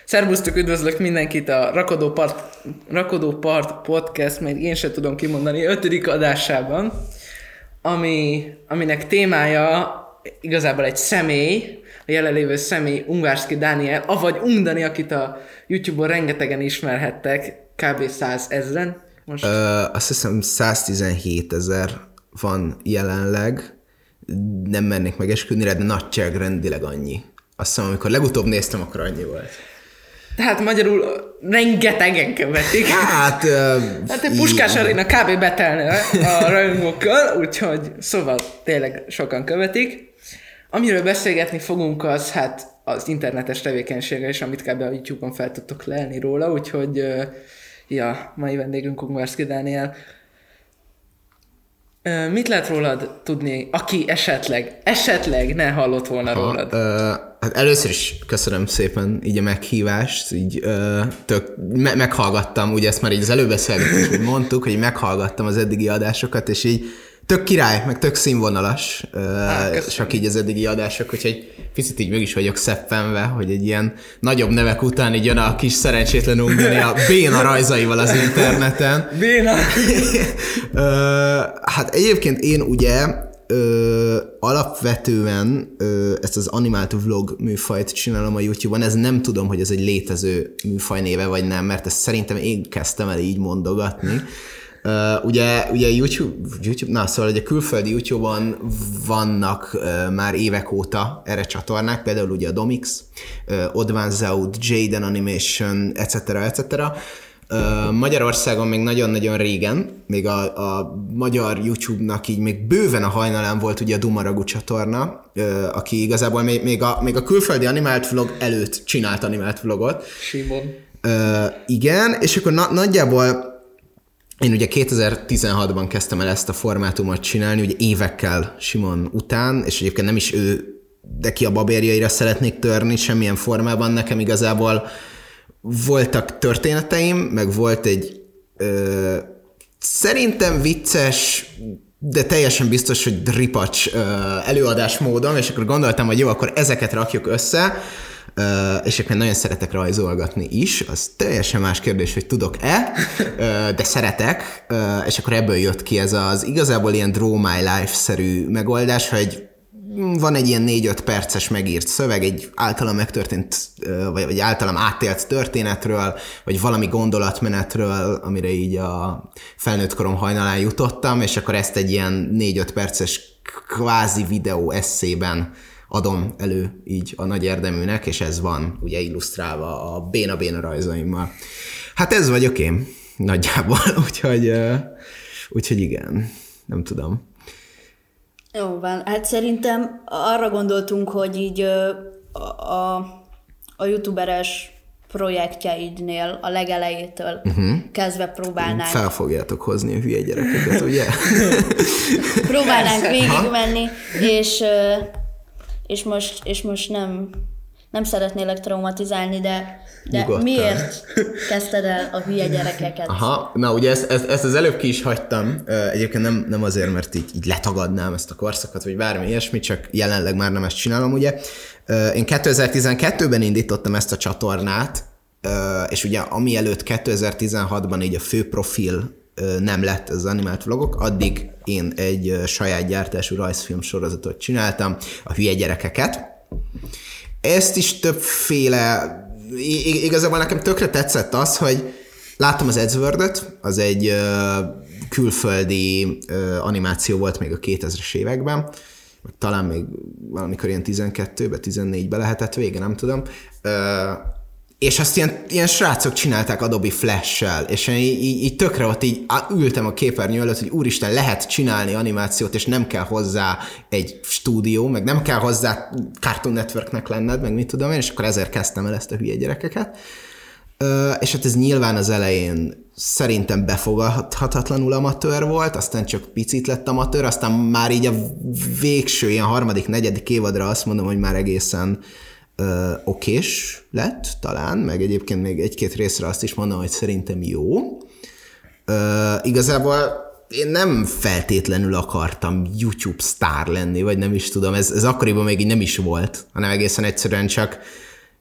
Szervusztok, üdvözlök mindenkit a Rakodó Part Podcast, még én sem tudom kimondani, 5. adásában, aminek témája igazából egy személy, a jelenlévő személy, Ungvárszky Dániel, avagy Ungdani, akit a YouTube-on rengetegen ismerhettek, kb. 100 000 most. Azt hiszem 117 000 van jelenleg, nem mernék megesküdni rá, de nagyságrendileg annyi. Azt hiszem, amikor legutóbb néztem, akkor annyi volt. Tehát magyarul rengetegen követik. Hát Puskás Arena kb. Betelne a rajongókkal, úgyhogy szóval tényleg sokan követik. Amiről beszélgetni fogunk, az hát az internetes tevékenysége is, amit kb. A YouTube-on fel tudtok lelni róla, úgyhogy mai vendégünk Ungvárszky Dániel. Mit lehet rólad tudni, aki esetleg ne hallott volna rólad? Hát először is köszönöm szépen így a meghívást, így meghallgattam, ugye ezt már így az előbeszélgetésben mondtuk, hogy meghallgattam az eddigi adásokat, és így tök király, meg tök színvonalas, csak így az eddigi adások, úgyhogy picit így meg is vagyok szeppenve, hogy egy ilyen nagyobb nevek után így jön a kis szerencsétlen Ungdani a béna rajzaival az interneten. Béna! Hát egyébként én ugye alapvetően ezt az animált vlog műfajt csinálom a YouTube-on, ez nem tudom, hogy ez egy létező műfajnéve vagy nem, mert ezt szerintem én kezdtem el így mondogatni. Ugye YouTube, szóval ugye külföldi YouTube-on vannak már évek óta erre csatornák, például ugye a Domix, Oddvanzout, Jaden Animation, etc. Magyarországon még nagyon-nagyon régen, még a magyar YouTube-nak így még bőven a hajnalán volt ugye a Dumaragu csatorna, aki igazából még a külföldi animált vlog előtt csinált animált vlogot. Simon. Igen, és akkor nagyjából én ugye 2016-ban kezdtem el ezt a formátumot csinálni, ugye évekkel Simon után, és egyébként nem is ő, de ki a babérjaira szeretnék törni semmilyen formában. Nekem igazából voltak történeteim, meg volt egy szerintem vicces, de teljesen biztos, hogy ripacs előadásmódom, és akkor gondoltam, hogy jó, akkor ezeket rakjuk össze, és akkor nagyon szeretek rajzolgatni is, az teljesen más kérdés, hogy tudok-e, de szeretek, és akkor ebből jött ki ez az igazából ilyen Draw My Life-szerű megoldás, hogy van egy ilyen 4-5 perces megírt szöveg, egy általam megtörtént, vagy általam átélt történetről, vagy valami gondolatmenetről, amire így a felnőtt korom hajnalán jutottam, és akkor ezt egy ilyen 4-5 perces kvázi videó esszében adom elő így a nagy érdeműnek, és ez van ugye illusztrálva a béna-béna rajzaimmal. Hát ez vagyok én nagyjából, úgyhogy igen, nem tudom. Jó van, hát szerintem arra gondoltunk, hogy így a youtuberes projektjeidnél a legelejétől kezdve próbálnánk. Fel fogjátok hozni a hülye gyerekeket, ugye? Próbálnánk végigmenni, és most nem szeretnélek traumatizálni, de miért kezdted el a hülye gyerekeket? Aha, na ugye ezt az előbb ki is hagytam, egyébként nem azért, mert így letagadnám ezt a korszakot, vagy bármi ilyesmi, csak jelenleg már nem ezt csinálom, ugye. Én 2012-ben indítottam ezt a csatornát, és ugye amielőtt 2016-ban így a fő profil nem lett az animált vlogok, addig én egy saját gyártású rajzfilm sorozatot csináltam, a hülye gyerekeket. Ezt is többféle, igazából nekem tökre tetszett az, hogy láttam az Edward-öt, az egy külföldi animáció volt még a 2000-es években, talán még valamikor ilyen 12-ben, 14-ben lehetett vége, nem tudom. És azt ilyen srácok csinálták Adobe Flash-sel, és én így tökre ott így ültem a képernyő előtt, hogy úristen, lehet csinálni animációt, és nem kell hozzá egy stúdió, meg nem kell hozzá Cartoon Networknek lenned, meg mit tudom én, és akkor ezért kezdtem el ezt a hülye gyerekeket. És hát ez nyilván az elején szerintem befogadhatatlanul amatőr volt, aztán csak picit lett amatőr, aztán már így a végső, ilyen 3.-4. évadra azt mondom, hogy már egészen okés lett talán, meg egyébként még egy-két részre azt is mondom, hogy szerintem jó. Igazából én nem feltétlenül akartam YouTube sztár lenni, vagy nem is tudom, ez akkoriban még így nem is volt, hanem egészen egyszerűen csak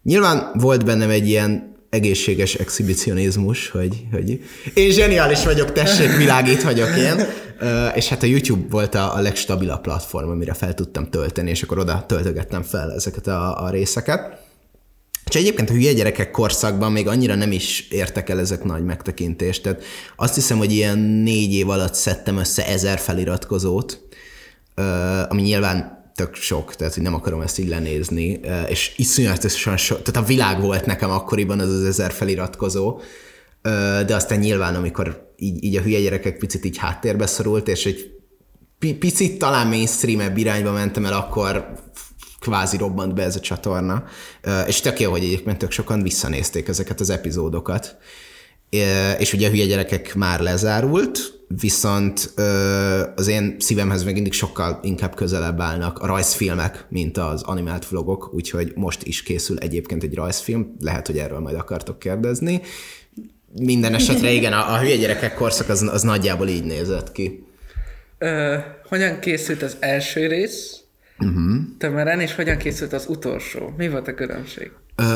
Nyilván volt bennem egy ilyen egészséges exhibicionizmus, hogy én zseniális vagyok, tessék, világít vagyok én, és hát a YouTube volt a legstabilabb platform, amire fel tudtam tölteni, és akkor oda töltögettem fel ezeket a részeket. És egyébként a hülye gyerekek korszakban még annyira nem is értek el ezek nagy megtekintést, tehát azt hiszem, hogy ilyen 4 év alatt szedtem össze 1000 feliratkozót, ami nyilván tök sok, tehát hogy nem akarom ezt így lenézni, és iszonyatosan sok, tehát a világ volt nekem akkoriban az 1000 feliratkozó, de aztán nyilván, amikor így a hülye gyerekek picit így háttérbe szorult, és egy picit talán mainstream-ebb irányba mentem el, akkor kvázi robbant be ez a csatorna, és tök jó, hogy egyébként tök sokan visszanézték ezeket az epizódokat, és ugye a hülye gyerekek már lezárult, viszont az én szívemhez még mindig sokkal inkább közelebb állnak a rajzfilmek, mint az animált vlogok, úgyhogy most is készül egyébként egy rajzfilm, lehet, hogy erről majd akartok kérdezni. Minden esetre igen, a hülye gyerekek korszak az nagyjából így nézett ki. Hogyan készült az első rész tömören, és hogyan készült az utolsó? Mi volt a különbség?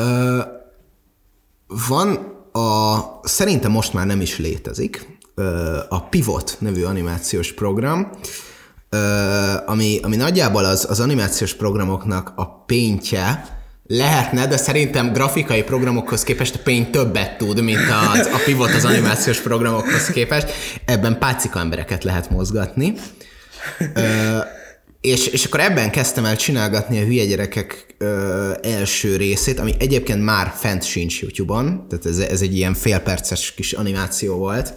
Van szerintem most már nem is létezik, a Pivot nevű animációs program, ami nagyjából az animációs programoknak a paintje lehetne, de szerintem grafikai programokhoz képest a Paint többet tud, mint a Pivot az animációs programokhoz képest. Ebben pácika embereket lehet mozgatni. És akkor ebben kezdtem el csinálgatni a hülye gyerekek első részét, ami egyébként már fent sincs YouTube-on, tehát ez egy ilyen félperces kis animáció volt.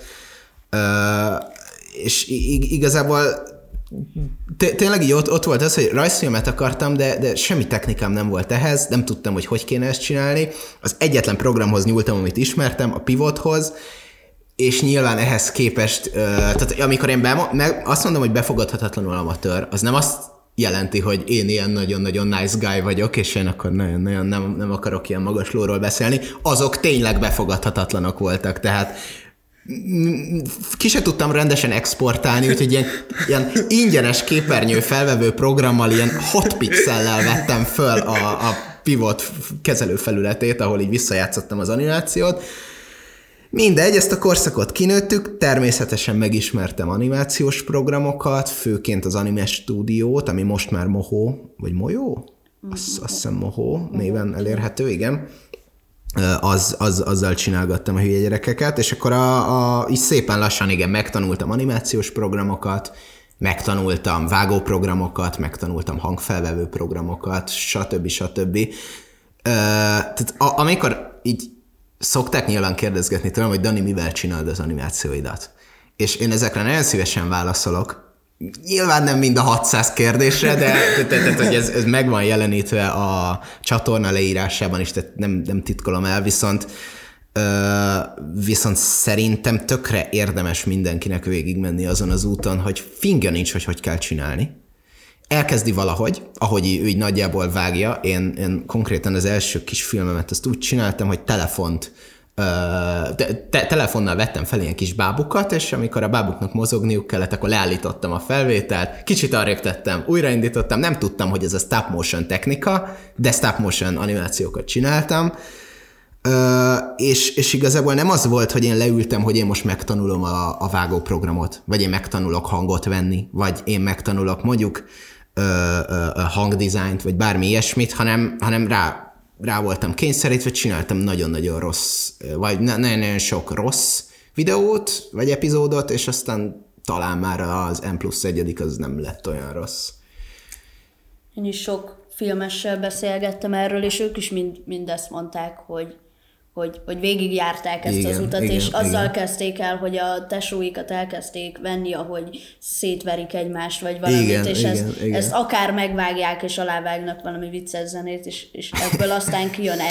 És igazából tényleg így ott volt az, hogy rajzfilmet akartam, de semmi technikám nem volt ehhez, nem tudtam, hogy kéne ezt csinálni. Az egyetlen programhoz nyúltam, amit ismertem, a Pivothoz, és nyilván ehhez képest, tehát amikor én azt mondom, hogy befogadhatatlanul amatőr, az nem azt jelenti, hogy én ilyen nagyon-nagyon nice guy vagyok, és én akkor nagyon-nagyon nem akarok ilyen magaslóról beszélni. Azok tényleg befogadhatatlanok voltak, tehát ki se tudtam rendesen exportálni, úgyhogy ilyen ingyenes képernyő felvevő programmal, ilyen 6 pixellel vettem föl a Pivot kezelőfelületét, ahol így visszajátszottam az animációt. Mindegy, ezt a korszakot kinőttük, természetesen megismertem animációs programokat, főként az Anime Studiót, ami most már Moho, vagy Mojo? Azt hiszem Moho néven elérhető, igen. Azzal csinálgattam a hülye gyerekeket, és akkor így szépen lassan igen, megtanultam animációs programokat, megtanultam vágóprogramokat, megtanultam hangfelvevő programokat, stb. Tehát amikor így szokták nyilván kérdezgetni tőlem, hogy Dani, mivel csinálod az animációidat? És én ezekre nagyon szívesen válaszolok. Nyilván nem mind a 600 kérdésre, de hogy ez meg van jelenítve a csatorna leírásában is, tehát nem titkolom el, viszont szerintem tökre érdemes mindenkinek végigmenni azon az úton, hogy fingja nincs, hogy kell csinálni. Elkezdi valahogy, ahogy ő így nagyjából vágja. Én konkrétan az első kis filmemet azt úgy csináltam, hogy telefonnal vettem fel ilyen kis bábukat, és amikor a bábuknak mozogniuk kellett, akkor leállítottam a felvételt, kicsit arrébb tettem, újraindítottam, nem tudtam, hogy ez a stop motion technika, de stop motion animációkat csináltam, és igazából nem az volt, hogy én leültem, hogy én most megtanulom a vágóprogramot, vagy én megtanulok hangot venni, vagy én megtanulok mondjuk hangdizájnt, vagy bármi ilyesmit, hanem rá voltam kényszerítve, csináltam nagyon-nagyon rossz, vagy nagyon-nagyon sok rossz videót, vagy epizódot, és aztán talán már az N+1 az nem lett olyan rossz. Én is sok filmessel beszélgettem erről, és ők is mind ezt mondták, hogy végigjárták ezt az utat, és azzal kezdték el, hogy a tesóikat elkezdték venni, ahogy szétverik egymást, vagy valamit, és ezt akár megvágják, és alávágnak valami vicces zenét, és ebből aztán kijön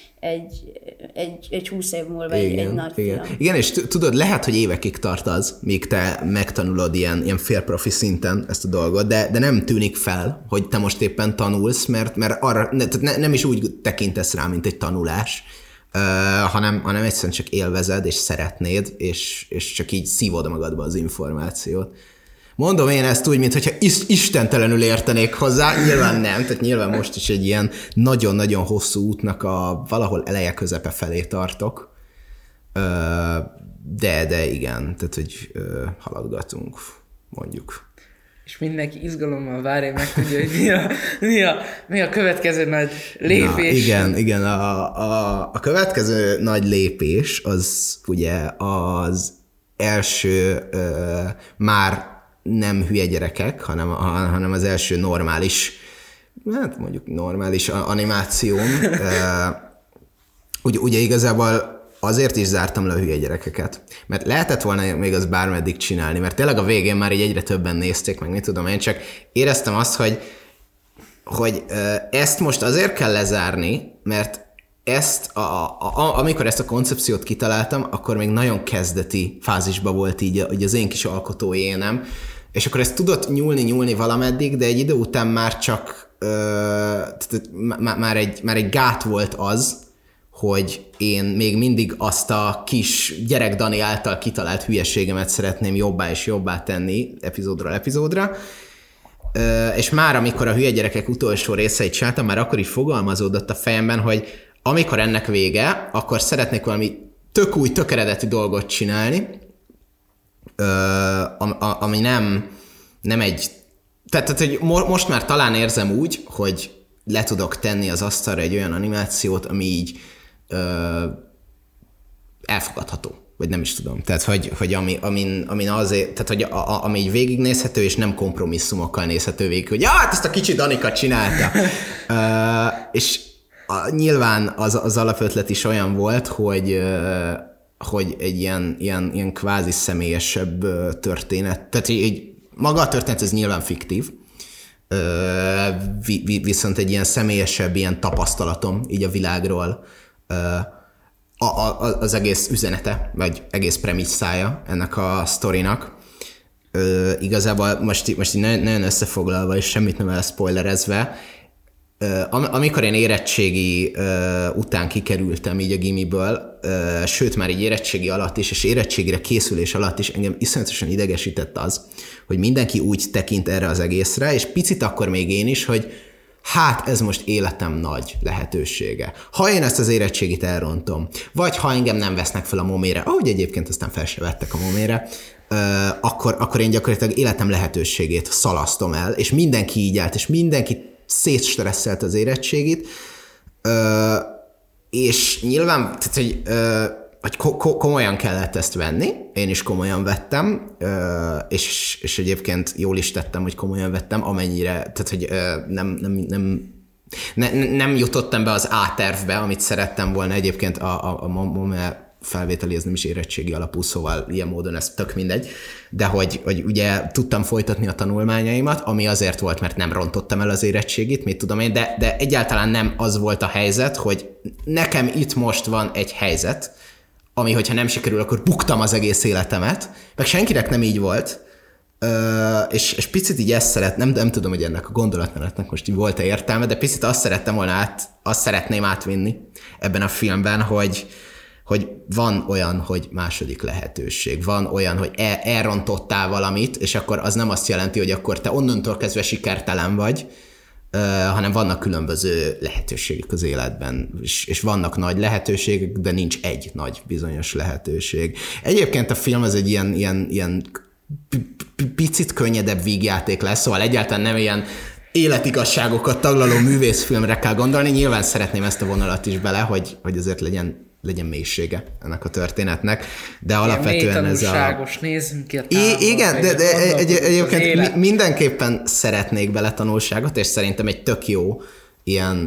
egy 20 év múlva egy nagy film. Igen, és tudod, lehet, hogy évekig tart az, míg te megtanulod ilyen félprofi szinten ezt a dolgot, de nem tűnik fel, hogy te most éppen tanulsz, mert arra nem is úgy tekintesz rá, mint egy tanulás, hanem egyszerűen csak élvezed, és szeretnéd, és csak így szívod magadba az információt. Mondom én ezt úgy, mintha istentelenül értenék hozzá, nyilván nem, tehát nyilván most is egy ilyen nagyon-nagyon hosszú útnak a valahol eleje közepe felé tartok, de igen, tehát hogy haladgatunk, mondjuk. És mindenki izgalommal várja, meg tudja, hogy mi a következő nagy lépés. Na, igen, a következő nagy lépés az ugye az első már nem hülye gyerekek, hanem az első normális, hát mondjuk normális animációm. Ugye igazából azért is zártam le a hülye gyerekeket, mert lehetett volna még az bármeddig csinálni, mert tényleg a végén már így egyre többen nézték, meg mit tudom én, csak éreztem azt, hogy ezt most azért kell lezárni, mert amikor ezt a koncepciót kitaláltam, akkor még nagyon kezdeti fázisban volt így az én kis alkotói énem, és akkor ezt tudott nyúlni valameddig, de egy idő után már csak már egy gát volt az, hogy én még mindig azt a kis gyerek Dani által kitalált hülyeségemet szeretném jobbá és jobbá tenni epizódról epizódra. És már amikor a hülye gyerekek utolsó részeit csináltam, már akkor is fogalmazódott a fejemben, hogy amikor ennek vége, akkor szeretnék valami tök új, tök eredeti dolgot csinálni, ami nem egy... Tehát hogy most már talán érzem úgy, hogy le tudok tenni az asztalra egy olyan animációt, ami így elfogadható, vagy nem is tudom. Tehát, hogy amin azért, tehát, hogy ami így végignézhető, és nem kompromisszumokkal nézhető végig, hogy hát ezt a kicsi Danika csinálta. És nyilván az alapötlet is olyan volt, hogy egy ilyen kvázi személyesebb történet. Tehát így maga a történet ez nyilván fiktív, viszont egy ilyen személyesebb ilyen tapasztalatom így a világról az egész üzenete, vagy egész premisszája ennek a sztorinak. Igazából most így nagyon összefoglalva, és semmit nem elszpoilerezve, amikor én érettségi után kikerültem így a gimiből, sőt már így érettségi alatt is, és érettségire készülés alatt is engem iszonyatosan idegesített az, hogy mindenki úgy tekint erre az egészre, és picit akkor még én is, hogy hát ez most életem nagy lehetősége. Ha én ezt az érettségit elrontom, vagy ha engem nem vesznek fel a momére, ahogy egyébként aztán fel se vettek a momére, akkor én gyakorlatilag életem lehetőségét szalasztom el, és mindenki így állt, és mindenki szétstresszelt az érettségit, és nyilván, tehát, hogy komolyan kellett ezt venni, én is komolyan vettem, és egyébként jól is tettem, hogy komolyan vettem, amennyire, tehát hogy nem jutottam be az A-tervbe, amit szerettem volna egyébként a MOME felvételi, ez nem is érettségi alapú, szóval ilyen módon ez tök mindegy, de hogy ugye tudtam folytatni a tanulmányaimat, ami azért volt, mert nem rontottam el az érettségit, mit tudom én, de egyáltalán nem az volt a helyzet, hogy nekem itt most van egy helyzet, ami, hogyha nem sikerül, akkor buktam az egész életemet, meg senkinek nem így volt, és picit így ezt nem tudom, hogy ennek a gondolatmenetnek most így volt-e értelme, de picit azt szeretném átvinni ebben a filmben, hogy van olyan, hogy második lehetőség, van olyan, hogy elrontottál valamit, és akkor az nem azt jelenti, hogy akkor te onnantól kezdve sikertelen vagy, hanem vannak különböző lehetőségek az életben, és vannak nagy lehetőségek, de nincs egy nagy bizonyos lehetőség. Egyébként a film az egy ilyen picit könnyedebb vígjáték lesz, szóval egyáltalán nem ilyen életigasságokat taglaló művészfilmre kell gondolni. Nyilván szeretném ezt a vonalat is bele, hogy azért legyen mélysége ennek a történetnek, de alapvetően ez a... nézzünk ki a igen, de egyébként mindenképpen szeretnék bele tanulságot, és szerintem egy tök jó ilyen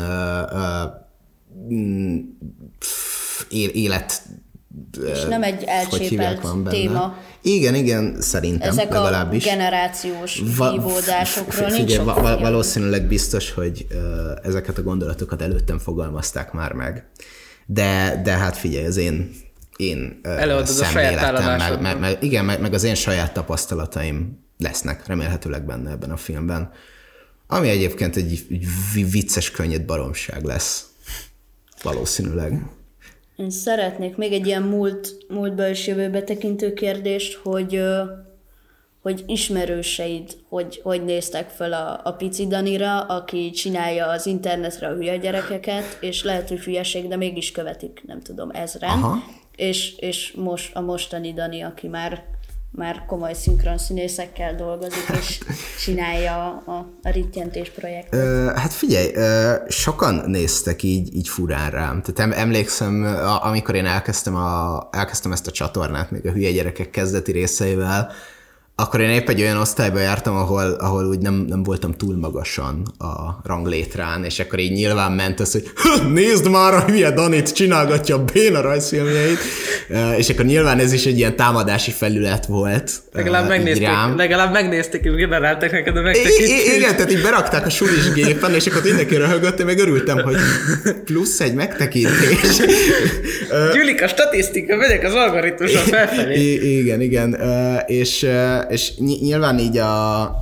élet... És nem egy elcsépelt téma. Igen, szerintem ezek legalábbis. Ezek a generációs vívódásokról nincs sok valószínűleg biztos, hogy ezeket a gondolatokat előttem fogalmazták már meg. De hát figyelj, az én szemléletem, meg az én saját tapasztalataim lesznek remélhetőleg benne ebben a filmben. Ami egyébként egy vicces, könnyed baromság lesz. Valószínűleg. Én szeretnék még egy ilyen múltba és jövőbe tekintő kérdést, hogy ismerőseid hogy néztek fel a pici Danira, aki csinálja az internetre a hülye gyerekeket, és lehet, hogy hülyeség, de mégis követik, nem tudom, ezren. Aha. És a mostani Dani, aki már komoly szinkron színészekkel dolgozik, és csinálja a Rittyentés projektet. Hát figyelj, sokan néztek így furán rám. Tehát emlékszem, amikor én elkezdtem ezt a csatornát, még a hülye gyerekek kezdeti részeivel, akkor én épp egy olyan osztályba jártam, ahol úgy nem voltam túl magasan a ranglétrán, és akkor így nyilván ment az, hogy nézd már, a hülye Danit csinálgatja a béna rajzfilmjeit, és akkor nyilván ez is egy ilyen támadási felület volt. Legalább megnézték, és generálták neked a megtekintést. Igen, tehát így berakták a sulis gépen, és akkor mindenki röhögött, én meg örültem, hogy plusz egy megtekintés. Gyűlik a statisztika, megyek az algoritmuson felfelé. Igen, és nyilván így a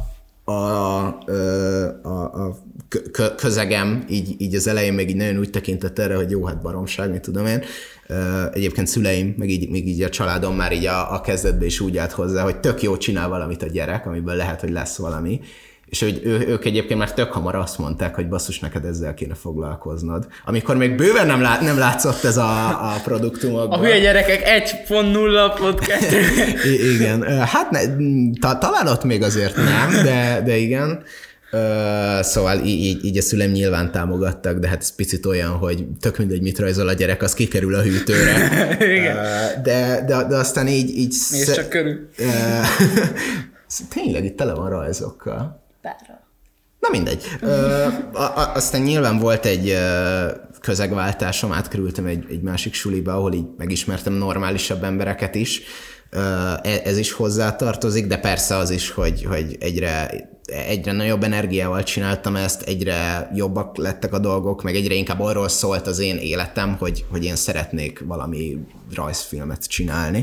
közegem így az elején még így nagyon úgy tekintett erre, hogy jó, hát baromság, mit tudom én. Egyébként szüleim, még így a családom már így a kezdetben is úgy állt hozzá, hogy tök jó csinál valamit a gyerek, amiből lehet, hogy lesz valami. És hogy ők egyébként már tök hamar azt mondták, hogy basszus, neked ezzel kéne foglalkoznod. Amikor még bőven nem látszott ez a produktumokban. A hülye gyerekek 1.0 podcast. Igen, hát talán ott még azért nem, de igen. Szóval így a szüleim nyilván támogattak, de hát ez picit olyan, hogy tök mindegy, mit rajzol a gyerek, az kikerül a hűtőre. Igen. De aztán így nézd csak körül. Tényleg itt tele van rajzokkal. Bárra. Na mindegy. Aztán nyilván volt egy közegváltásom, átkerültem egy másik suliba, ahol így megismertem normálisabb embereket is. Ez is hozzátartozik, de persze az is, hogy egyre nagyobb energiával csináltam ezt, egyre jobbak lettek a dolgok, meg egyre inkább arról szólt az én életem, hogy én szeretnék valami rajzfilmet csinálni.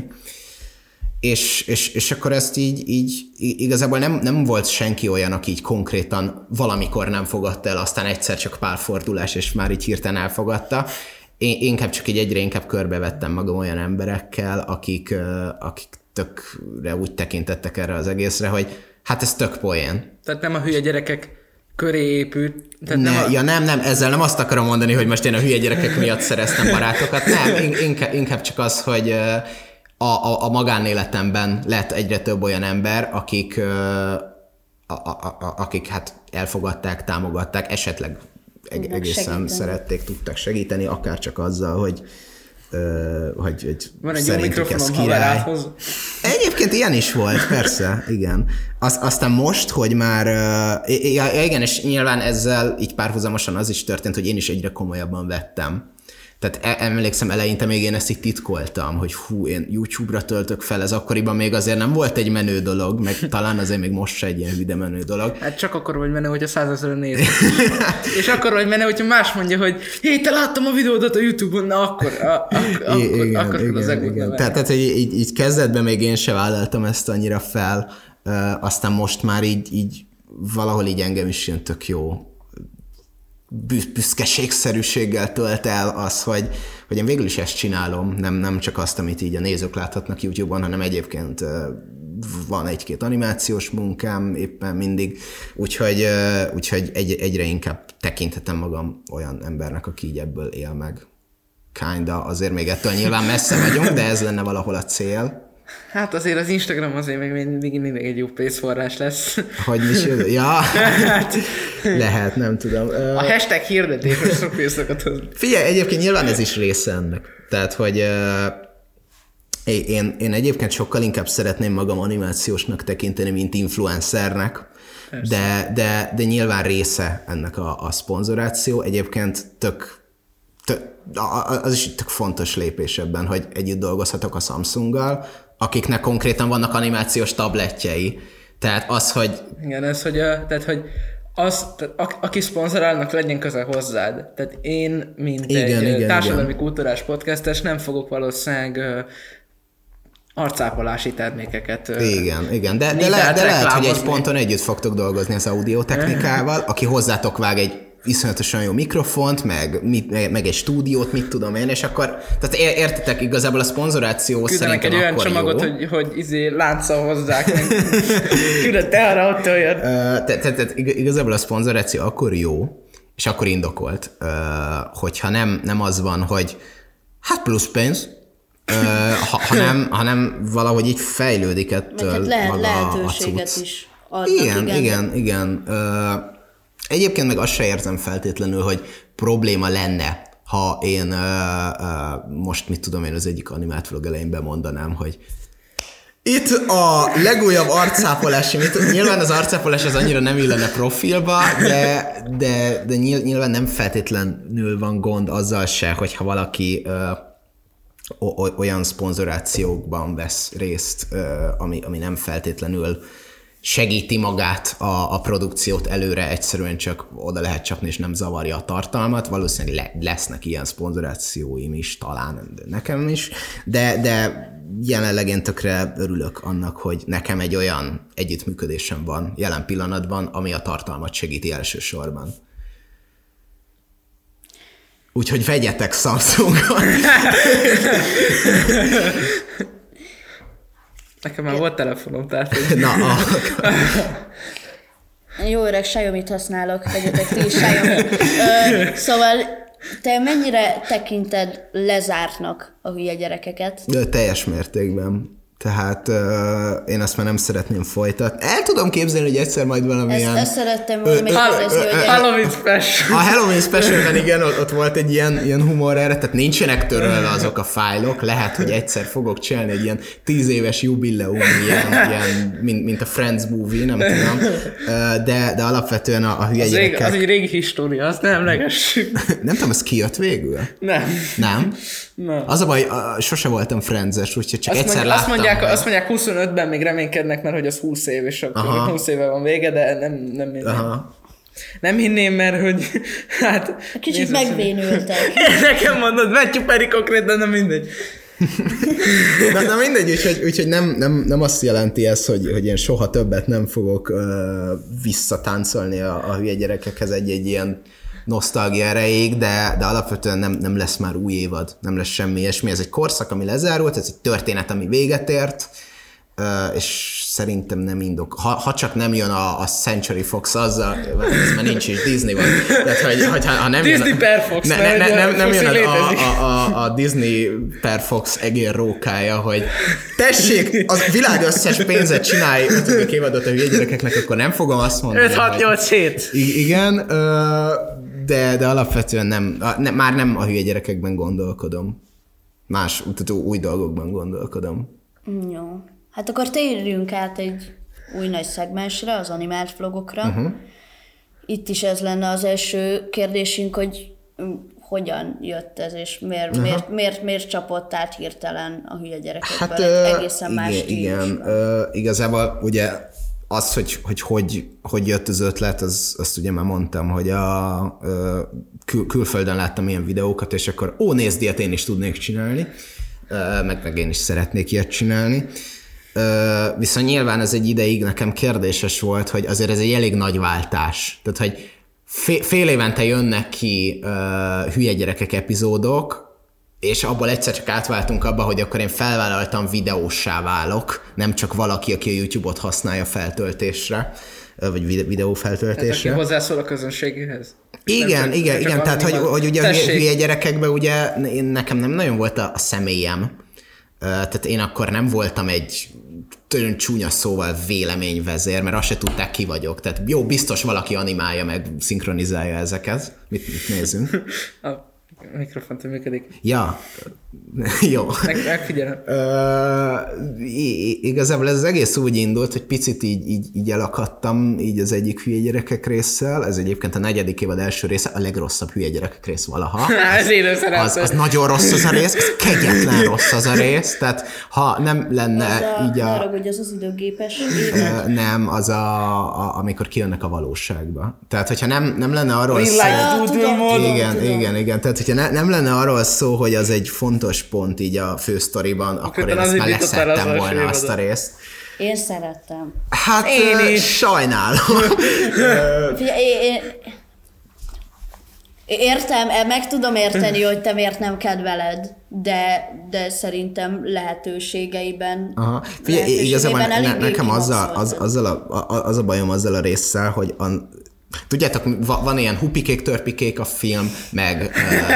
És akkor ezt így igazából nem volt senki olyan, aki így konkrétan valamikor nem fogadta el, aztán egyszer csak pálfordulás, és már így hirtelen elfogadta. Én inkább csak így egyre inkább körbevettem magam olyan emberekkel, akik tökre úgy tekintettek erre az egészre, hogy hát ez tök poén. Tehát nem a hülye gyerekek köré épült. Nem, ezzel nem azt akarom mondani, hogy most én a hülye gyerekek miatt szereztem barátokat. Nem, inkább csak az, hogy a magánéletemben lett egyre több olyan ember, akik hát elfogadták, támogatták, esetleg egészen szerették, tudtak segíteni, akár csak azzal, hogy van egy jó mikrofonom, ha rához. Egyébként ilyen is volt, persze, igen. Aztán most, hogy már, igen, és nyilván ezzel így párhuzamosan az is történt, hogy én is egyre komolyabban vettem. Tehát emlékszem, eleinte még én ezt így titkoltam, hogy én YouTube-ra töltök fel, ez akkoriban még azért nem volt egy menő dolog, meg talán azért még most se egy ilyen hüde menő dolog. Hát csak akkor vagy menő, hogyha 100 000 néznek. És akkor vagy menő, hogyha más mondja, hogy hé, te láttam a videódat a YouTube-on, na akkor az egót. Tehát hogy így kezdetben még én se vállaltam ezt annyira fel, aztán most már így valahol így engem is ilyen tök jó büszkeségszerűséggel tölt el az, hogy én végül is ezt csinálom, nem csak azt, amit így a nézők láthatnak YouTube-on, hanem egyébként van egy-két animációs munkám éppen mindig, úgyhogy egyre inkább tekinthetem magam olyan embernek, aki így ebből él meg. Kinda, azért még ettől nyilván messze vagyunk, de ez lenne valahol a cél. Hát azért az Instagram azért még mindig egy jó pénzforrás lesz. Hogy is? Ja, lehet, nem tudom. A hashtag hirdetés, hogy sok pénztokat hoz. Figyelj, egyébként nyilván ez is része ennek. Tehát, hogy én egyébként sokkal inkább szeretném magam animációsnak tekinteni, mint influencernek, de nyilván része ennek a szponzoráció. Egyébként az is tök fontos lépés ebben, hogy együtt dolgozhatok a Samsunggal, akiknek konkrétan vannak animációs tabletjei. Tehát az, hogy... Igen, ez, hogy, aki szponzorálnak, legyen közel hozzád. Tehát én, mint egy társadalmi kulturális podcastes, nem fogok valószínűleg arcápolási termékeket. Igen. De lehet, hogy egy ponton együtt fogtok dolgozni az audiotechnikával, aki hozzátok vág egy iszonyatosan jó mikrofont, meg egy stúdiót, mit tudom én, és akkor, tehát értitek, igazából a szponzoráció küldenek szerintem egy olyan csomagot, jó. hogy lánccal hozzák meg. Külön te arra ott olyan. Tehát igazából a szponzoráció akkor jó, és akkor indokolt, hogyha nem az van, hogy hát plusz pénz, hanem valahogy így fejlődik ettől maga a cucc. Is adnak, igen. Egyébként meg azt se érzem feltétlenül, hogy probléma lenne, ha én most, mit tudom én, az egyik animált vlog elején bemondanám, hogy itt a legújabb arcápolás, nyilván az arcápolás az annyira nem illene profilba, de nyilván nem feltétlenül van gond azzal se, hogyha valaki olyan szponzorációkban vesz részt, ami nem feltétlenül segíti magát a produkciót előre, egyszerűen csak oda lehet csapni, és nem zavarja a tartalmat. Valószínűleg lesznek ilyen szponzorációim is, talán nekem is, de jelenleg én tökre örülök annak, hogy nekem egy olyan együttműködésem van jelen pillanatban, ami a tartalmat segíti elsősorban. Úgyhogy vegyetek Samsungot! Nekem már volt telefonom, tehát... Jó öreg Xiaomi-t használok, vegyetek ti is Xiaomi. Szóval te mennyire tekinted lezártnak a hülye gyerekeket? Teljes mértékben. Tehát én azt már nem szeretném folytatni. El tudom képzelni, hogy egyszer majd valamilyen... Ezt szerettem volna még kérdezni, hogy... Halloween Special. A Halloween Specialben igen, ott volt egy ilyen humor erre, tehát nincsenek törölve azok a fájlok. Lehet, hogy egyszer fogok csinálni egy ilyen 10 éves jubileum, ilyen mint a Friends movie, nem tudom. De alapvetően a hülye gyerekek... Az egy régi história, azt nem legessük. Nem tudom, ez kijött végül? Nem? Az a baj, sose voltam Friends-es, úgyhogy csak egyszer láttam. Azt mondják 25-ben még reménykednek, mert hogy az 20 év, és akkor 20 éve van vége, de nem hinném. Nem hinném, mert hogy hát... Kicsit megvénültek. Nekem mondod, Matthew Perry konkrét, de nem mindegy. Na mindegy, úgyhogy nem azt jelenti ez, hogy én soha többet nem fogok visszatáncolni a hülye gyerekekhez egy ilyen nosztalgia erejéig, de alapvetően nem lesz már új évad, nem lesz semmi ilyesmi. Ez egy korszak, ami lezárult, ez egy történet, ami véget ért, és szerintem nem indok. Ha csak nem jön a Century Fox azzal, ez már nincs is, Disney van. Tehát, ha nem Disney jön per Fox. Nem jön a Disney per Fox egér rókája, hogy tessék, a világ összes pénzet csinálj 5. évadot a hülye gyerekeknek, akkor nem fogom azt mondani. 5-6-8-7. Igen, de alapvetően már nem a hülye gyerekekben gondolkodom. Új dolgokban gondolkodom. Jó. Hát akkor térjünk át egy új nagy szegmensre, az animált vlogokra. Itt is ez lenne az első kérdésünk, hogy hogyan jött ez, és miért csapott át hirtelen a hülye gyerekekből egy egészen más stílusban. Igen, igazából ugye az, hogy jött az ötlet, azt ugye már mondtam, hogy külföldön láttam ilyen videókat, és akkor nézd, ilyet én is tudnék csinálni, meg én is szeretnék ilyet csinálni. Viszont nyilván ez egy ideig nekem kérdéses volt, hogy azért ez egy elég nagy váltás. Tehát, hogy fél évente jönnek ki hülye gyerekek epizódok, és abból egyszer csak átváltunk abba, hogy akkor én felvállaltam videóssá válok, nem csak valaki, aki a YouTube-ot használja feltöltésre, vagy videófeltöltésre. Aki hozzászól a közönségéhez. Igen, tehát hogy ugye a hülye gyerekekben ugye nekem nem nagyon volt a személyem. Tehát én akkor nem voltam egy nagyon csúnya szóval véleményvezér, mert azt se tudták, ki vagyok. Tehát jó, biztos valaki animálja meg, szinkronizálja ezeket. Mit nézzünk? A mikrofont működik. Ja, jó. Megfigyelem. Igazából ez az egész úgy indult, hogy picit így elakadtam így az egyik hülye gyerekek résszel. Ez egyébként a 4. évad első része, a legrosszabb hülye gyerekek rész valaha. Az nagyon rossz az a rész, az kegyetlen rossz az a rész. Tehát ha nem lenne így hogy az időgépes nem, az amikor kijönnek a valóságba. Tehát, hogyha nem lenne arról szó... Igen. Tehát, hogyha nem lenne arról szó, hogy az egy fontos pont így a fősztoriban, akkor én ezt már leszettem volna azt a részt. Én szerettem. Hát én is. Sajnálom. Értem, meg tudom érteni, hogy te miért nem kedveled, de szerintem lehetőségeiben... Aha. Figyelj, igazából nekem az a bajom azzal a résszel, hogy tudjátok, van ilyen hupikék, törpikék a film, meg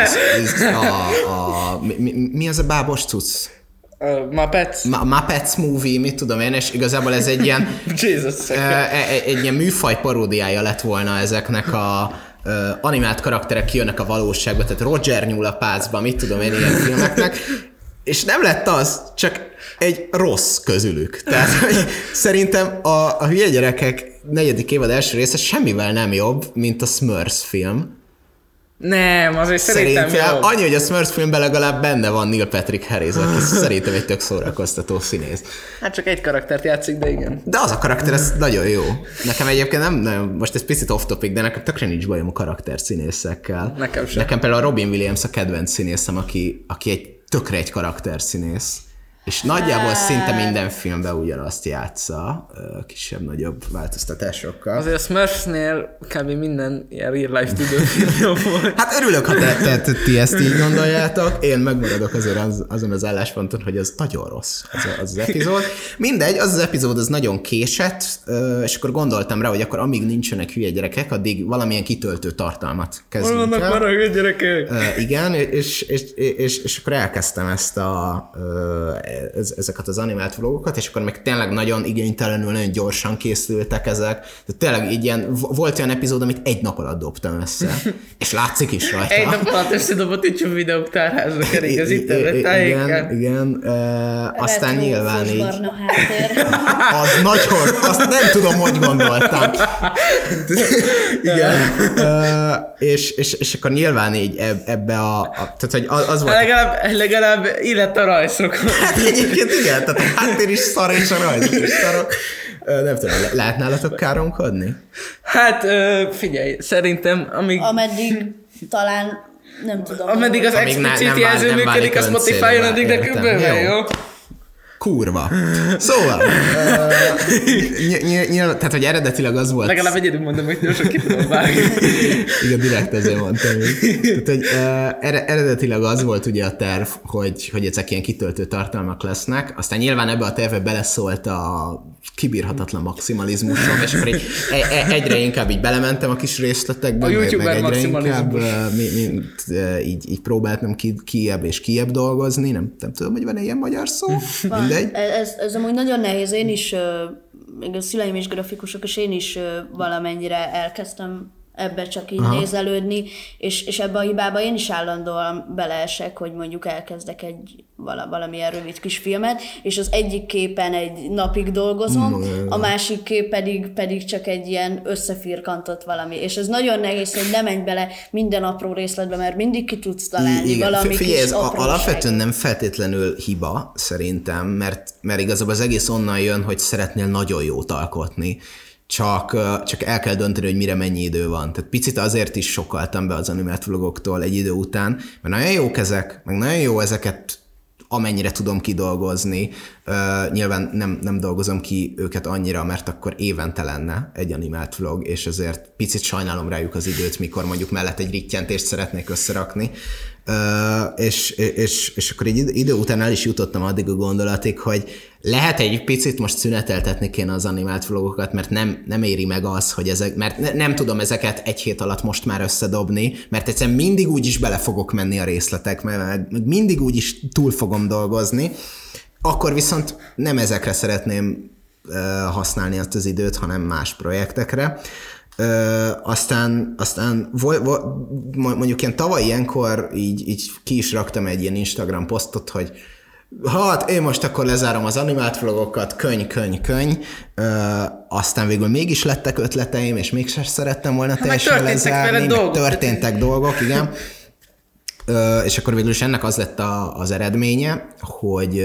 mi az a bábos cucc? Muppets. Muppets movie, mit tudom én, és igazából ez egy ilyen egy ilyen műfaj paródiája lett volna ezeknek a animált karakterek kijönnek a valóságba, tehát Roger nyúl a pácba, mit tudom én ilyen filmeknek, és nem lett az, csak egy rossz közülük. Tehát szerintem a Hülye gyerekek 4. évad első része semmivel nem jobb, mint a Smurfs film. Nem, azért szerintem jobb. Annyi, hogy a Smurfs filmben legalább benne van Neil Patrick Harris, aki szerintem egy tök szórakoztató színész. Hát csak egy karaktert játszik, de igen. De az a karakter, ez nagyon jó. Nekem egyébként nem, most ez picit off topic, de nekem tökre nincs bajom a karakter színészekkel. Nekem sem. Nekem például a Robin Williams a kedvenc színészem, aki tökre egy karakter színész. És nagyjából szinte minden filmben ugyanazt játsza, kisebb-nagyobb változtatásokkal. Azért a Smurfsnél kb. Minden ilyen real-life tudófilm volt. Hát örülök, ha ti ezt így gondoljátok. Én megmaradok azért azon az állásponton, hogy az nagyon rossz az epizód. Mindegy, az epizód az nagyon késett, és akkor gondoltam rá, hogy akkor amíg nincsenek hülye gyerekek, addig valamilyen kitöltő tartalmat kezdünk el. Vannak már a hülye gyerekek. Igen, és akkor elkezdtem ezeket az animált vlogokat, és akkor meg tényleg nagyon igénytelenül, nagyon gyorsan készültek ezek. Tehát tényleg így ilyen, volt olyan epizód, amit egy nap alatt dobtam össze. És látszik is rajta. Egy nap alatt összedobott YouTube videók tárházba kerik az internet tájéken. Igen. Aztán nyilván így. Az nagyon, azt nem tudom, hogy gondoltam. Igen. És akkor nyilván így ebbe tehát, hogy az volt. Legalább illett a rajzok. Hát egyébként igen, tehát a háttér is szar, és a rajzok is szarok. Nem tudom, lehet nálatok káromkodni? Hát figyelj, szerintem ameddig talán nem tudom. Ameddig az explicit jelző működik a Spotify-on, addig nekünk bőven, jó? Kurva. Szóval, tehát, hogy eredetileg az volt... Legalább egyedül mondom, hogy nagyon sok ki tudom vágni. Igen, direkt ezért mondtam. Tehát, hogy eredetileg az volt ugye a terv, hogy ezek ilyen kitöltő tartalmak lesznek, aztán nyilván ebbe a tervbe beleszólt a kibírhatatlan maximalizmusom, és akkor egyre inkább így belementem a kis részletekbe, a YouTuber meg egyre inkább így próbáltam kijebb és kijebb dolgozni, nem tudom, hogy van ilyen magyar szó. Mindegy. Ez amúgy nagyon nehéz, én is, még a szüleim is grafikusok, és én is valamennyire elkezdtem ebbe csak így nézelődni, és ebbe a hibába én is állandóan beleesek, hogy mondjuk elkezdek egy valamilyen rövid kis filmet, és az egyik képen egy napig dolgozom, a másik kép pedig csak egy ilyen összefirkantott valami. És ez nagyon nehéz, hogy ne menj bele minden apró részletbe, mert mindig ki tudsz találni valami kis ez apróság. Alapvetően nem feltétlenül hiba, szerintem, mert igazából az egész onnan jön, hogy szeretnél nagyon jót alkotni. Csak el kell dönteni, hogy mire mennyi idő van. Tehát picit azért is sokkaltam be az animált vlogoktól egy idő után, mert nagyon jók ezek, meg nagyon jó ezeket amennyire tudom kidolgozni. Nyilván nem dolgozom ki őket annyira, mert akkor évente lenne egy animált vlog, és ezért picit sajnálom rájuk az időt, mikor mondjuk mellett egy rittyentést szeretnék összerakni. És akkor egy idő után el is jutottam addig a gondolatig, hogy lehet egy picit most szüneteltetni kéne az animált vlogokat, mert nem éri meg az, hogy mert nem tudom ezeket egy hét alatt most már összedobni, mert egyszerűen mindig úgyis bele fogok menni a részletekbe, meg mindig úgyis túl fogom dolgozni, akkor viszont nem ezekre szeretném használni azt az időt, hanem más projektekre. Aztán mondjuk ilyen tavaly ilyenkor így ki is raktam egy ilyen Instagram posztot, hogy hát én most akkor lezárom az animált vlogokat, könyv. Aztán végül mégis lettek ötleteim, és mégsem szerettem volna teljesen lezárni. Történtek dolgok, igen. És akkor végül is ennek az lett az eredménye, hogy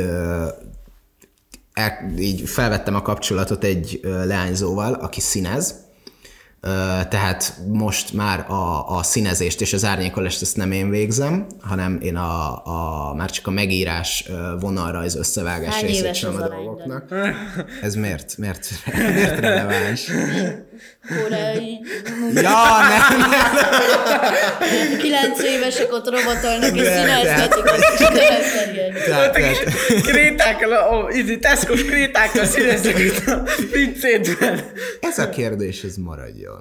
így felvettem a kapcsolatot egy leányzóval, aki színez, Tehát most már a színezést és az árnyékolást ezt nem én végzem, hanem én már csak a megírás, vonalrajz, összevágás részét sem a dolgoknak. Ez miért releváns? Ja, nem. 9 évesek ott robotolnak és színezhetik krétákkal, Tesco-s krétákkal színeznek itt a pincétben. Ez a kérdés, ez maradjon.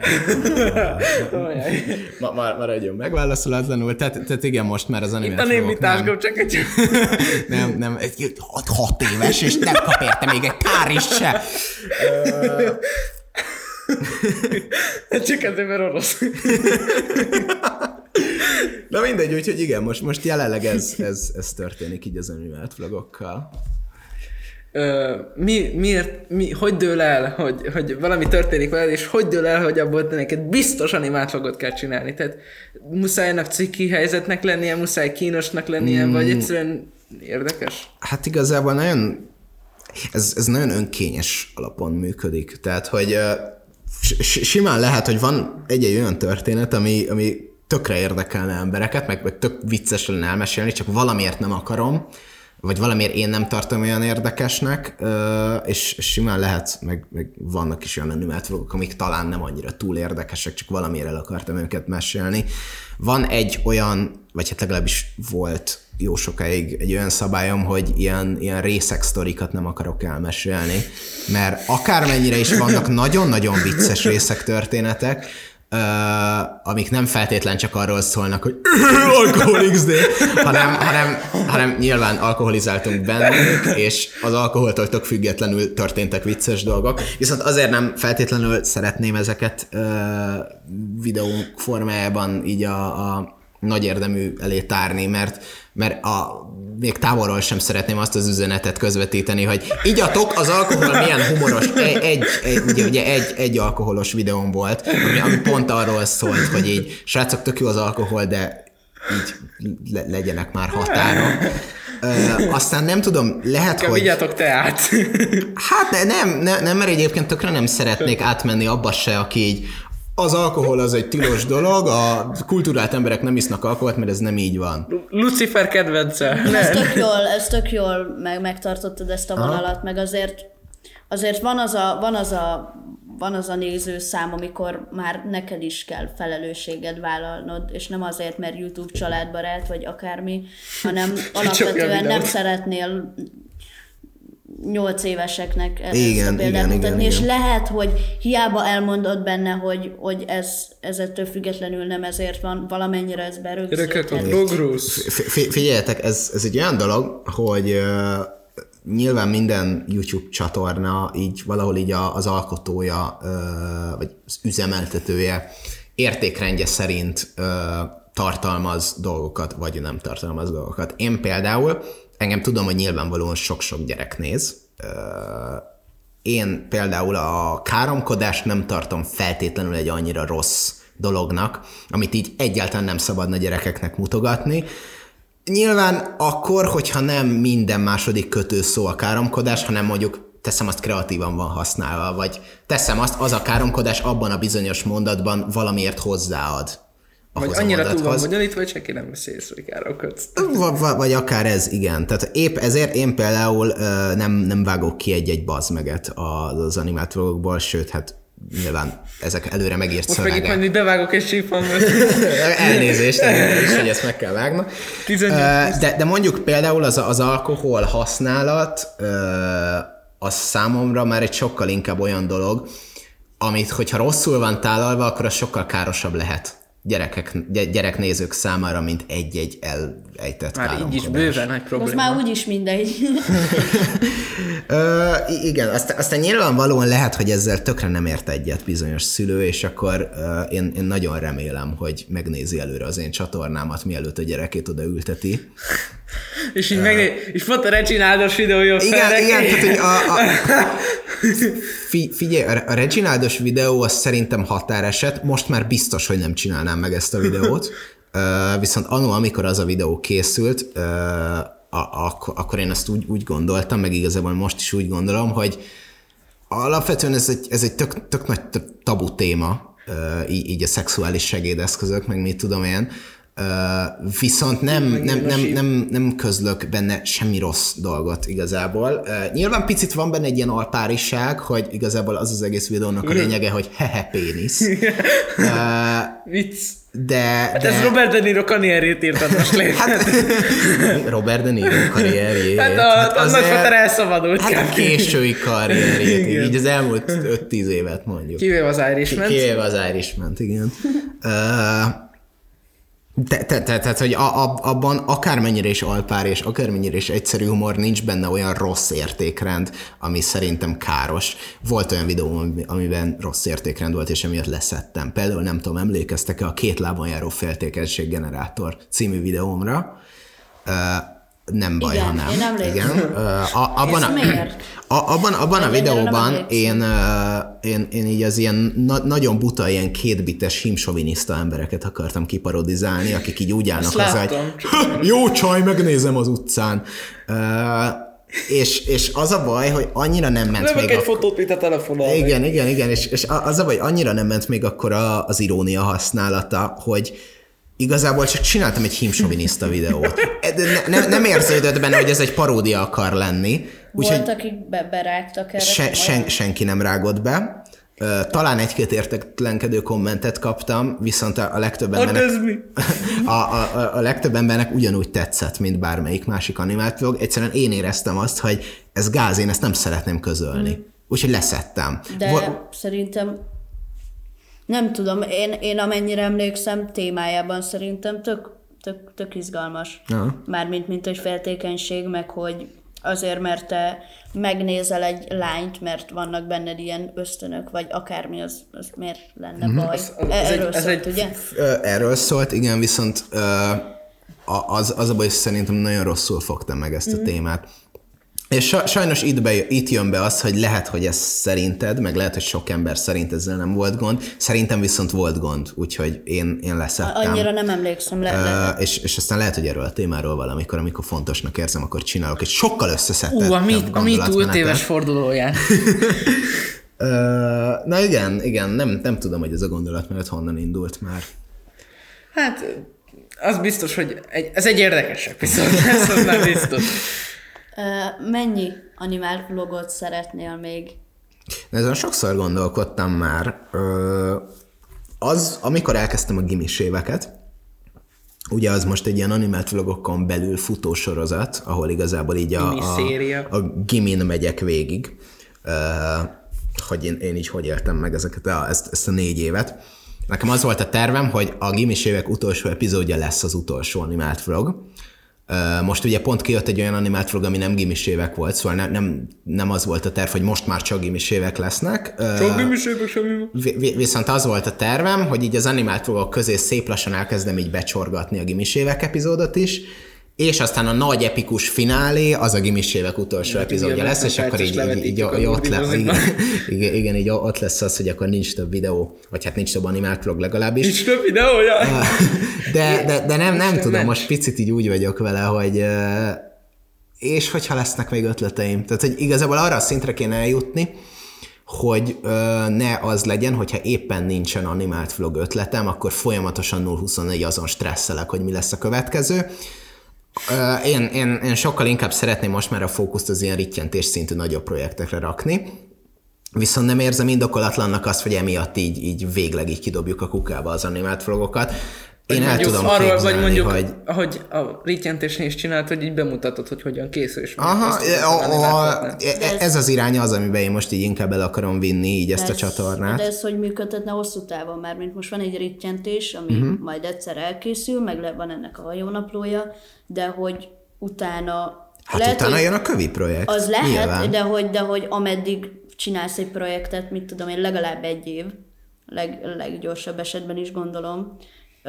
Maradjon megválaszolatlanul. Tehát igen, most már az animációk nem. A némításgó csak egy... Nem, 6 éves, és nem kap érte még egy kárist se. Csak ezért, mert orosz. Na mindegy, úgyhogy igen, most jelenleg ez történik így az animált vlogokkal. Hogy dől el, hogy valami történik veled, és hogy dől el, hogy abból neked biztos animált vlogot kell csinálni? Tehát muszáj ennek ciki helyzetnek lennie, muszáj kínosnak lennie, vagy egyszerűen érdekes? Hát igazából nagyon, ez nagyon önkényes alapon működik. Tehát, hogy simán lehet, hogy van egy olyan történet, ami tökre érdekelne embereket, meg tök vicces lenne elmesélni, csak valamiért nem akarom, vagy valamiért én nem tartom olyan érdekesnek, és simán lehet, meg vannak is olyan animált vlogok, amik talán nem annyira túl érdekesek, csak valamiért el akartam őket mesélni. Van egy olyan, vagy hát legalábbis volt jó sokáig egy olyan szabályom, hogy ilyen részek sztorikat nem akarok elmesélni, mert akármennyire is vannak nagyon-nagyon vicces részek, történetek, amik nem feltétlen csak arról szólnak, hogy alkohol XD, hanem nyilván alkoholizáltunk bennük, és az alkoholtól tök függetlenül történtek vicces dolgok. Viszont azért nem feltétlenül szeretném ezeket videók formájában így a nagy érdemű elé tárni, mert még távolról sem szeretném azt az üzenetet közvetíteni, hogy igyatok, az alkohol milyen humoros. Egy alkoholos videóm volt, ami pont arról szólt, hogy így srácok, tök jó az alkohol, de így legyenek már határok. Aztán nem tudom, lehet, hogy... Vigyátok teát! Hát nem, mert egyébként tökre nem szeretnék átmenni abba se, aki így az alkohol az egy tilos dolog, a kultúrált emberek nem isznak alkoholt, mert ez nem így van. Lucifer kedvence. Ez tök jól megtartottad ezt a vonalat, meg azért van az a nézőszám, amikor már neked is kell felelősséget vállalnod, és nem azért, mert YouTube családbarát, vagy akármi, hanem alapvetően nem szeretnél 8 éveseknek ezt a példát mutatni, és lehet, hogy hiába elmondod benne, hogy ez ettől függetlenül nem ezért van, valamennyire ez berögzített. Figyeljetek, ez egy olyan dolog, hogy nyilván minden YouTube csatorna így valahol így az alkotója, vagy az üzemeltetője értékrendje szerint tartalmaz dolgokat, vagy nem tartalmaz dolgokat. Én például engem tudom, hogy nyilvánvalóan sok-sok gyerek néz. Én például a káromkodást nem tartom feltétlenül egy annyira rossz dolognak, amit így egyáltalán nem szabadna gyerekeknek mutogatni. Nyilván akkor, hogyha nem minden második kötőszó a káromkodás, hanem mondjuk teszem azt kreatívan van használva, vagy teszem azt, az a káromkodás abban a bizonyos mondatban valamiért hozzáad. Vagy annyira túl van bonyolítva, hogy senki nem veszi észre, hogy káromkodsz. Vagy akár ez, igen. Tehát épp ezért én például nem vágok ki egy bazmeget az animált vlogokból, sőt, hát nyilván ezek előre megírt szövegek. Most megint majd bevágok egy sípamot. Elnézést, hogy ezt meg kell vágnom. De mondjuk például az alkohol használat, az számomra már egy sokkal inkább olyan dolog, amit, hogyha rosszul van tálalva, akkor az sokkal károsabb lehet gyereknézők számára, mint egy elejtett már káromkodás. Így is bőven nagy probléma. Az már úgyis mindegy. Igen, aztán nyilvánvalóan lehet, hogy ezzel tökre nem ért egyet bizonyos szülő, és akkor én nagyon remélem, hogy megnézi előre az én csatornámat, mielőtt a gyerekét oda ülteti. És így és pont a Reginaldos videó jön fel. Igen, tehát hogy figyelj, a Reginaldos videó az szerintem határeset, most már biztos, hogy nem csinálnám meg ezt a videót, viszont annól, amikor az a videó készült, akkor én ezt úgy gondoltam, meg igazából most is úgy gondolom, hogy alapvetően ez egy tök nagy tabu téma, így a szexuális segédeszközök, meg mit tudom én. Viszont nem közlök benne semmi rossz dolgot igazából. Nyilván picit van benne egy ilyen alpáriság, hogy igazából az egész videónak a lényege, hogy hehe pénisz. Vicc. De ez Robert De Niro karrierjét írtad most létre. Robert De Niro karrierjét. Az nagyfater elszabadult. Hát a késői karrierjét, így az elmúlt 5-10 évet mondjuk. Kivéve az Irishman-t. Kivéve az Irishman-t, igen. Tehát, hogy abban akármennyire is alpár és akármennyire is egyszerű humor, nincs benne olyan rossz értékrend, ami szerintem káros. Volt olyan videó, amiben rossz értékrend volt, és emiatt leszettem. Például nem tudom, emlékeztek-e a 2 lábon járó féltékenységgenerátor című videómra? Nem baj, igen, ha nem. Én emlékszem. Igen. Abban a videóban én így az ilyen nagyon buta, ilyen 2-bites himsoviniszta embereket akartam kiparodizálni, akik így úgy állnak hozzá, hogy jó csaj, megnézem az utcán. És az a baj, hogy annyira nem ment még... egy fotót, mint a telefonon. Igen, és az a baj, hogy annyira nem ment még akkor az irónia használata, hogy igazából csak csináltam egy himsoviniszta videót. Nem érződött benne, hogy ez egy paródia akar lenni. Volt, akik berágtak erre? Senki nem rágott be. Talán 1-2 értetlenkedő kommentet kaptam, viszont a legtöbb embernek... a legtöbb embernek ugyanúgy tetszett, mint bármelyik másik animált vlog. Egyszerűen én éreztem azt, hogy ez gáz, én ezt nem szeretném közölni. Úgyhogy leszettem. De szerintem... Nem tudom, én amennyire emlékszem, témájában szerintem tök izgalmas. Mármint, mint hogy féltékenység, meg hogy azért, mert te megnézel egy lányt, mert vannak benned ilyen ösztönök, vagy akármi, az miért lenne baj? Erről szólt, ugye? Erről szólt, igen, viszont az a baj, hogy szerintem nagyon rosszul fogtam meg ezt a témát. És sajnos itt jön be az, hogy lehet, hogy ez szerinted, meg lehet, hogy sok ember szerint ezzel nem volt gond, szerintem viszont volt gond, úgyhogy én leszettem. Annyira nem emlékszem. És aztán lehet, hogy erről a témáról valamikor, amikor fontosnak érzem, akkor csinálok egy sokkal összeszettebb a MeToo 5 éves fordulóján. Na igen, nem tudom, hogy ez a gondolat mellett honnan indult már. Hát, az biztos, hogy ez egy érdekes epizód, ez már biztos. Mennyi animált vlogot szeretnél még? Ezen sokszor gondolkodtam már. Amikor elkezdtem a gimis éveket, ugye az most egy ilyen animált vlogokon belül futósorozat, ahol igazából így a gimin megyek végig, hogy én így hogy éltem meg ezt a 4 évet. Nekem az volt a tervem, hogy a gimis évek utolsó epizódja lesz az utolsó animált vlog. Most ugye pont kijött egy olyan animált vlog, ami nem gimis évek volt, szóval nem az volt a terv, hogy most már csak gimis évek lesznek. Csak gimis évek semmi. Viszont az volt a tervem, hogy így az animált vlogok közé szép lassan elkezdem így becsorgatni a gimis évek epizódot is, és aztán a nagy epikus finálé az a gimis évek utolsó epizódja lesz, és akkor így ott lesz az, hogy akkor nincs több videó, vagy hát nincs több animált vlog legalábbis. Nincs több videó, jaj! De nem tudom, most picit így úgy vagyok vele, hogy és hogyha lesznek még ötleteim. Tehát, hogy igazából arra a szintre kéne eljutni, hogy ne az legyen, hogyha éppen nincsen animált vlog ötletem, akkor folyamatosan 0-24 azon stresszelek, hogy mi lesz a következő. Én sokkal inkább szeretném most már a fókuszt az ilyen rittyentés szintű nagyobb projektekre rakni, viszont nem érzem indokolatlannak azt, hogy emiatt így végleg így kidobjuk a kukába az animált vlogokat. Én el tudom képzelni, vagy mondjuk, hogy a rittyentésnél is csinált, hogy így bemutatod, hogy hogyan készül is. Ez az irány az, amiben én most így inkább el akarom vinni így ezt a csatornát. De ez hogy működhetne hosszú távon már, mint most van egy rittyentés, ami majd egyszer elkészül, meg van ennek a hajónaplója, de hogy utána... Hát lehet, utána jön a kövi projekt. Az lehet, de hogy ameddig csinálsz egy projektet, mit tudom én, legalább 1 év, leggyorsabb esetben is gondolom,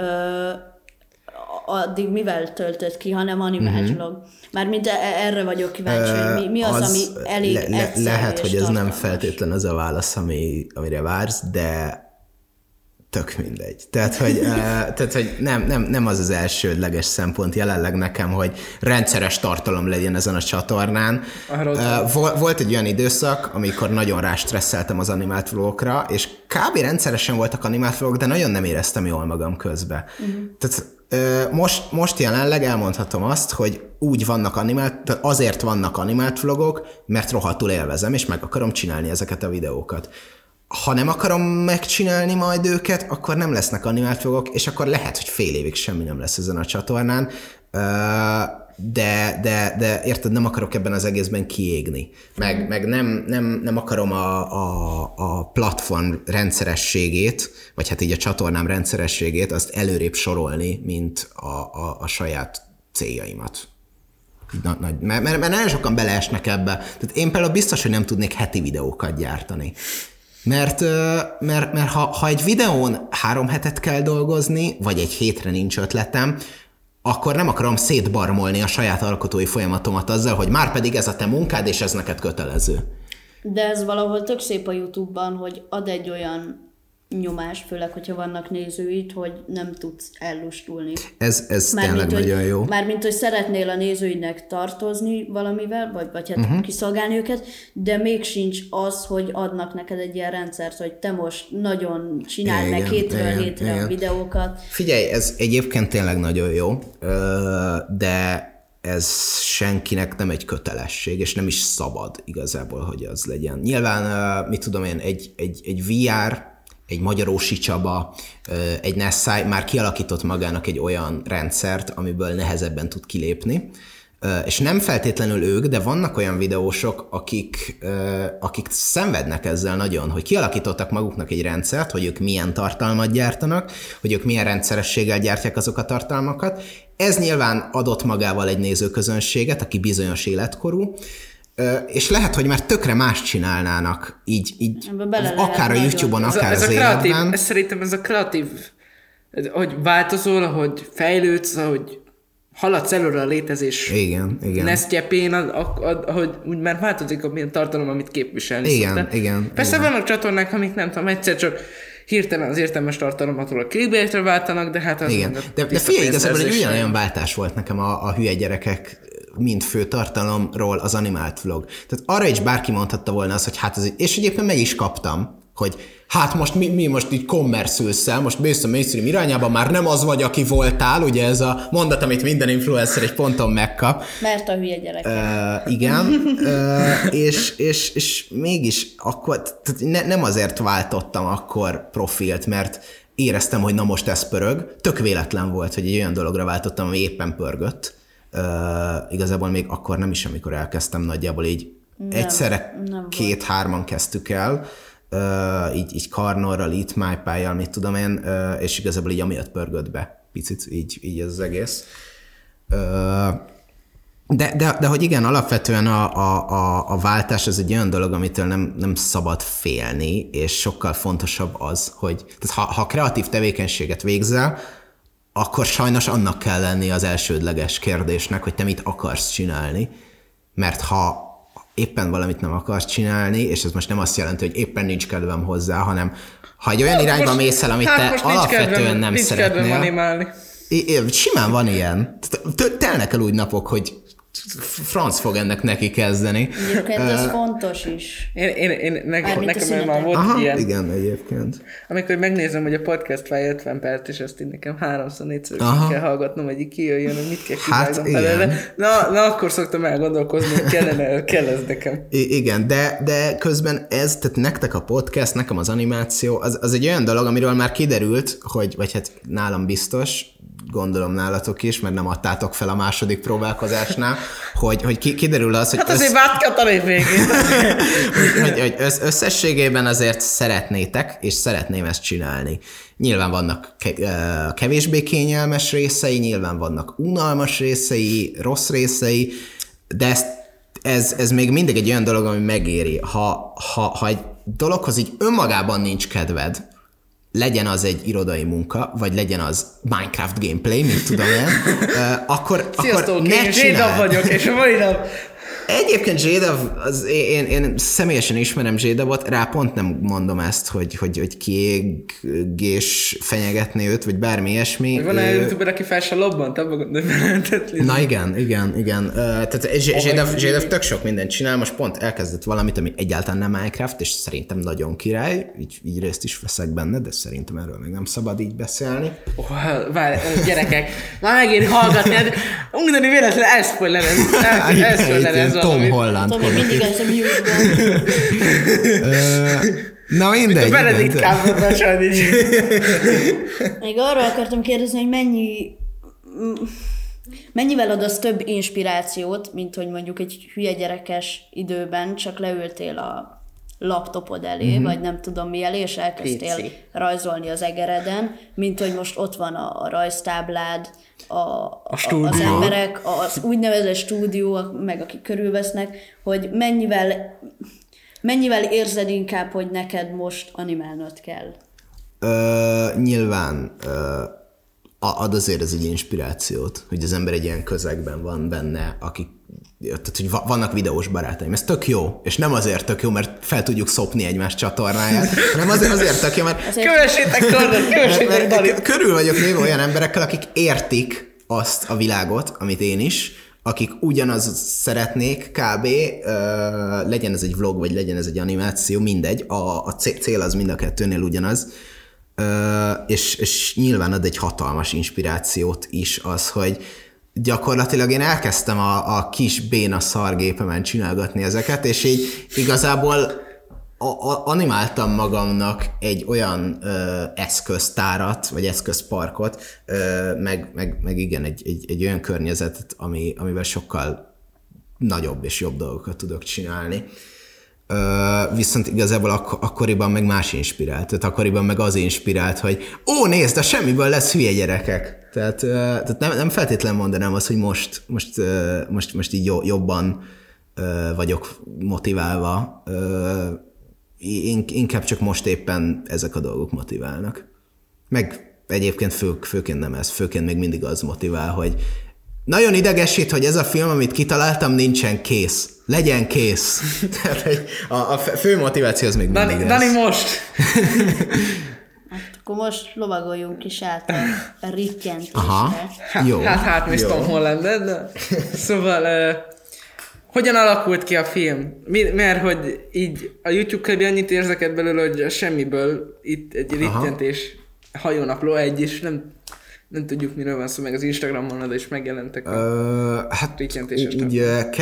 addig mivel töltött ki, hanem animált vlog. Mármint erre vagyok kíváncsi, hogy mi az, ami elég egyszerű lehet, hogy ez tartalmas. nem feltétlen az a válasz, amire vársz, de tök mindegy. Tehát, hogy nem az az elsődleges szempont jelenleg nekem, hogy rendszeres tartalom legyen ezen a csatornán. Volt egy olyan időszak, amikor nagyon rástresszeltem az animált vlogokra, és kb. Rendszeresen voltak animált vlogok, de nagyon nem éreztem jól magam közbe. Tehát most jelenleg elmondhatom azt, hogy úgy vannak azért vannak animált vlogok, mert rohadtul élvezem, és meg akarom csinálni ezeket a videókat. Ha nem akarom megcsinálni majd őket, akkor nem lesznek animált vlogok, és akkor lehet, hogy fél évig semmi nem lesz ezen a csatornán, de érted, nem akarok ebben az egészben kiégni. Meg nem akarom a platform rendszerességét, vagy hát így a csatornám rendszerességét, azt előrébb sorolni, mint a saját céljaimat. Mert nagyon sokan beleesnek ebbe. Tehát én például biztos, hogy nem tudnék heti videókat gyártani. Mert ha egy videón 3 hetet kell dolgozni, vagy egy hétre nincs ötletem, akkor nem akarom szétbarmolni a saját alkotói folyamatomat azzal, hogy már pedig ez a te munkád, és ez neked kötelező. De ez valahol tök szép a YouTube-ban, hogy ad egy olyan nyomás, főleg, hogyha vannak nézőid, hogy nem tudsz ellustulni. Ez tényleg nagyon jó. Mármint, hogy szeretnél a nézőidnek tartozni valamivel, vagy hát kiszolgálni őket, de még sincs az, hogy adnak neked egy ilyen rendszert, hogy te most nagyon csináld meg hétről a videókat. Figyelj, ez egyébként tényleg nagyon jó, de ez senkinek nem egy kötelesség, és nem is szabad igazából, hogy az legyen. Nyilván, mit tudom én, egy VR, egy Magyarósi Csaba, egy Nessai már kialakított magának egy olyan rendszert, amiből nehezebben tud kilépni. És nem feltétlenül ők, de vannak olyan videósok, akik szenvednek ezzel nagyon, hogy kialakítottak maguknak egy rendszert, hogy ők milyen tartalmat gyártanak, hogy ők milyen rendszerességgel gyártják azok a tartalmakat. Ez nyilván adott magával egy nézőközönséget, aki bizonyos életkorú, és lehet, hogy már tökre más csinálnának, így akár a YouTube-on, akár az életben. Szerintem ez a kreatív, hogy változol, hogy fejlődsz, hogy haladsz előre a létezés nesztyepén, hogy úgy már változik a tartalom, amit képviselni. Igen. Persze vannak csatornák, amik nem tudom, egyszer csak hirtelen az értelmes tartalmatról a clickbaitre váltanak, de hát az... Igen, de figyelj, igazából egy ugyanolyan váltás volt nekem a hülye gyerekek mint főtartalomról az animált vlog. Tehát arra is bárki mondhatta volna azt, hogy hát ez... És egyébként meg is kaptam, hogy hát most mi most így commerce-ülszel, most mész a mainstream irányába, már nem az vagy, aki voltál, ugye ez a mondat, amit minden influencer egy ponton megkap. Mert a hülye gyerek. Igen, és mégis akkor, nem azért váltottam akkor profilt, mert éreztem, hogy na most ez pörög. Tök véletlen volt, hogy egy olyan dologra váltottam, ami éppen pörgött. Igazából még akkor nem is, amikor elkezdtem, nagyjából így egyszerre 2-3-an kezdtük el, így Karnorral, itt MyPy-jal, mit tudom én, és igazából így amiatt pörgött be picit, így ez az egész. De hogy igen, alapvetően a váltás az egy olyan dolog, amitől nem szabad félni, és sokkal fontosabb az, hogy tehát ha kreatív tevékenységet végzel, akkor sajnos annak kell lenni az elsődleges kérdésnek, hogy te mit akarsz csinálni, mert ha éppen valamit nem akarsz csinálni, és ez most nem azt jelenti, hogy éppen nincs kedvem hozzá, hanem ha egy olyan irányba mész el, amit te alapvetően nem szeretnél. Simán van ilyen. Telnek el úgy napok, hogy franc fog ennek neki kezdeni. Egyébként ez fontos is. Nekem már volt ilyen. Igen, egyébként. Amikor megnézem, hogy a podcast fáj 50 perc, és ezt így nekem 3-4-szer kell hallgatnom, hogy így kijöjjön, hogy mit kell csinálnom belőle. Na, akkor szoktam elgondolkozni, hogy kell ez nekem. Igen, de közben ez, tehát nektek a podcast, nekem az animáció, az egy olyan dolog, amiről már kiderült, vagy hát nálam biztos, gondolom nálatok is, mert nem adtátok fel a második próbálkozásnál, hogy kiderül az, hogy... Hát azért vátkatani végén. hogy összességében azért szeretnétek, és szeretném ezt csinálni. Nyilván vannak kevésbé kényelmes részei, nyilván vannak unalmas részei, rossz részei, de ez még mindig egy olyan dolog, ami megéri. Ha egy dologhoz így önmagában nincs kedved, legyen az egy irodai munka, vagy legyen az Minecraft gameplay, mint tudom én, akkor sziasztok, ne én Zséda vagyok, és a mai nap Egyébként én személyesen ismerem J-Dubot, rá pont nem mondom ezt, hogy kiégés fenyegetné őt, vagy bármi ilyesmi. Van egy youtuber, aki fel se lobbant, abban gondolom. Na igen. Tehát J-Dub tök sok mindent csinál, most pont elkezdett valamit, ami egyáltalán nem Minecraft, és szerintem nagyon király, így részt is veszek benne, de szerintem erről még nem szabad így beszélni. Várj, gyerekek, már megint hallgatni, mondani véletlenül elszpoilerez Tom Holland. Tomi mindig ez a mute-ban. Na mindegy. A Benedict Cumberbatch is. Még arról akartam kérdezni, hogy mennyivel ad az több inspirációt, mint hogy mondjuk egy hülye gyerekes időben csak leültél a laptopod elé, vagy nem tudom mi elé, és elkezdtél rajzolni az egereden, mint hogy most ott van a rajztáblád, az emberek, az úgynevezett stúdió, meg akik körülvesznek, hogy mennyivel érzed inkább, hogy neked most animálnod kell? Nyilván ad azért ez egy inspirációt, hogy az ember egy ilyen közegben van benne, akik, tehát hogy vannak videós barátaim. Ez tök jó, és nem azért tök jó, mert fel tudjuk szopni egymás csatornáját, hanem azért tök jó, mert kövessétek körül vagyok véve olyan emberekkel, akik értik azt a világot, amit én is, akik ugyanaz szeretnék kb. Legyen ez egy vlog, vagy legyen ez egy animáció, mindegy, a cél az mind a kettőnél ugyanaz, és nyilván ad egy hatalmas inspirációt is az, hogy gyakorlatilag én elkezdtem a kis béna szargépemen csinálgatni ezeket, és így igazából animáltam magamnak egy olyan eszköztárat, vagy eszközparkot, meg igen, egy olyan környezetet, amivel sokkal nagyobb és jobb dolgokat tudok csinálni. Viszont igazából akkoriban meg más inspirált. Tehát akkoriban meg az inspirált, hogy nézd, a semmiből lesz hülye gyerekek. Tehát nem feltétlenül mondanám azt, hogy most így jobban vagyok motiválva. Inkább csak most éppen ezek a dolgok motiválnak. Meg egyébként főként nem ez, főként még mindig az motivál, hogy nagyon idegesít, hogy ez a film, amit kitaláltam, nincsen kész. Legyen kész. Tehát a fő motiváció az még mindig ez. Dani, most! Hát akkor most lovagoljunk is át a rittyentésre. Aha, jó. Hát Miss Tom Holland, de szóval hogyan alakult ki a film? Mert hogy így a YouTube kb. Annyit érzeket belőle, hogy semmiből itt egy rittyentés hajónapló egy, és nem tudjuk, miről van szó, meg az Instagramon oda is megjelentek a rittyentéses. Így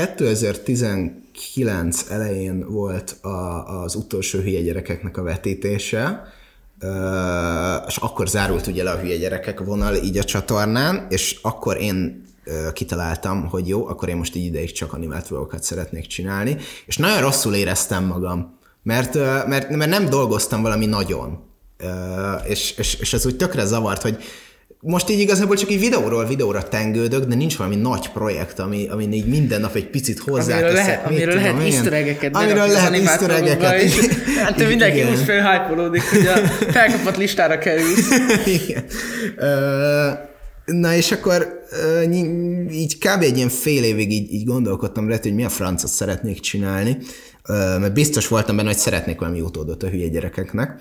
2019 elején volt az utolsó hülye gyerekeknek a vetítése, és akkor zárult ugye le a hülye gyerekek vonal így a csatornán, és akkor én kitaláltam, hogy jó, akkor én most így ideig csak animált vlogokat szeretnék csinálni, és nagyon rosszul éreztem magam, mert nem dolgoztam valami nagyon, és ez úgy tökre zavart, hogy most így igazából csak így videóról videóra tengődök, de nincs valami nagy projekt, ami így minden nap egy picit hozzáteszek. Amiről lehet easter egg-eket berakni az animátorokba is. Hát mindenki úgy felhypolódik, hogy a felkapott listára kerülsz. Igen. Na és akkor így kb. Egy ilyen fél évig így gondolkodtam rá, hogy mi a francot szeretnék csinálni, mert biztos voltam benne, hogy szeretnék valami utódot a hülye gyerekeknek.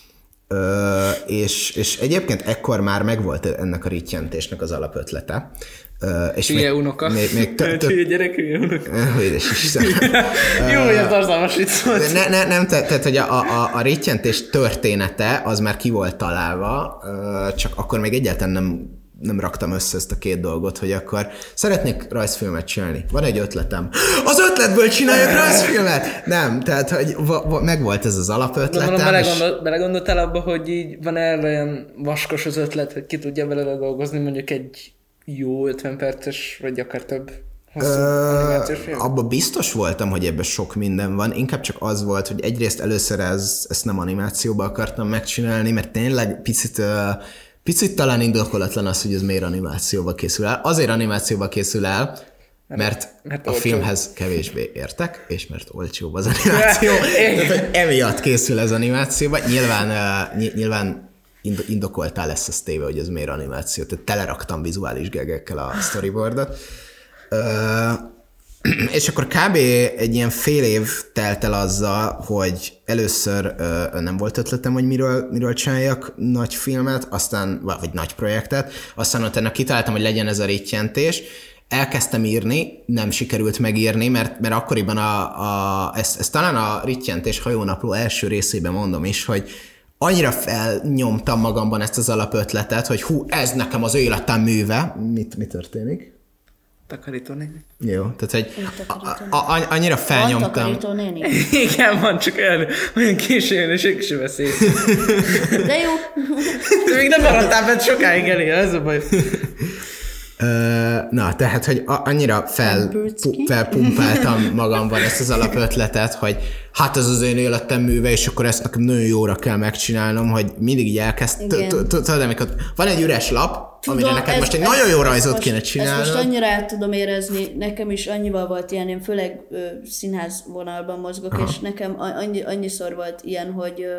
És egyébként ekkor már megvolt ennek a rittyentésnek az alapötlete. Hülye unoka. Hülye gyerek, hülye unoka. Édes Isten. Jó, hogy ez tartalmas itt szólt. Nem, tehát hogy a rittyentés története az már ki volt találva, csak akkor még egyáltalán nem raktam össze ezt a két dolgot, hogy akkor szeretnék rajzfilmet csinálni. Van egy ötletem. Az ötletből csináljak rajzfilmet! Nem, tehát hogy megvolt ez az alapötletem. Belegondoltál abba, hogy így van erre olyan vaskos az ötlet, hogy ki tudja vele dolgozni mondjuk egy jó 50 perces, vagy akár több hosszú animációs film? Abban biztos voltam, hogy ebben sok minden van. Inkább csak az volt, hogy egyrészt először ezt nem animációba akartam megcsinálni, mert tényleg picit talán indokolatlan az, hogy ez miért animációba készül el. Azért animációba készül el, mert a filmhez kevésbé értek, és mert olcsóbb az animáció. Tehát, emiatt készül ez animációba. Nyilván indokoltál lesz ez téve, hogy ez miért animáció. Tehát teleraktam vizuális gegekkel a storyboardot. És akkor kb. Egy ilyen fél év telt el azzal, hogy először nem volt ötletem, hogy miről csináljak nagy filmet, aztán, vagy nagy projektet, aztán utána kitaláltam, hogy legyen ez a rittyentés, elkezdtem írni, nem sikerült megírni, mert akkoriban ezt talán a Rittyentés hajónapló első részében mondom is, hogy annyira felnyomtam magamban ezt az alapötletet, hogy ez nekem az életem műve. Mi történik? Takarító néni. Jó, tehát hogy annyira felnyomtam. Van takarító néni? Igen, van, csak olyan későn, és ők sem veszik. De jó. De még nem maradtál bent sokáig elé, ez a baj. Na, tehát, hogy annyira felpumpáltam magamban ezt az alapötletet, hogy hát ez az én életem műve, és akkor ezt nekem nagyon jóra kell megcsinálnom, hogy mindig így tudod, amikor van egy üres lap, amire neked most egy nagyon jó rajzot kéne csinálni. Ezt most annyira át tudom érezni, nekem is annyival volt ilyen, én főleg színház vonalban mozgok, és nekem annyiszor volt ilyen,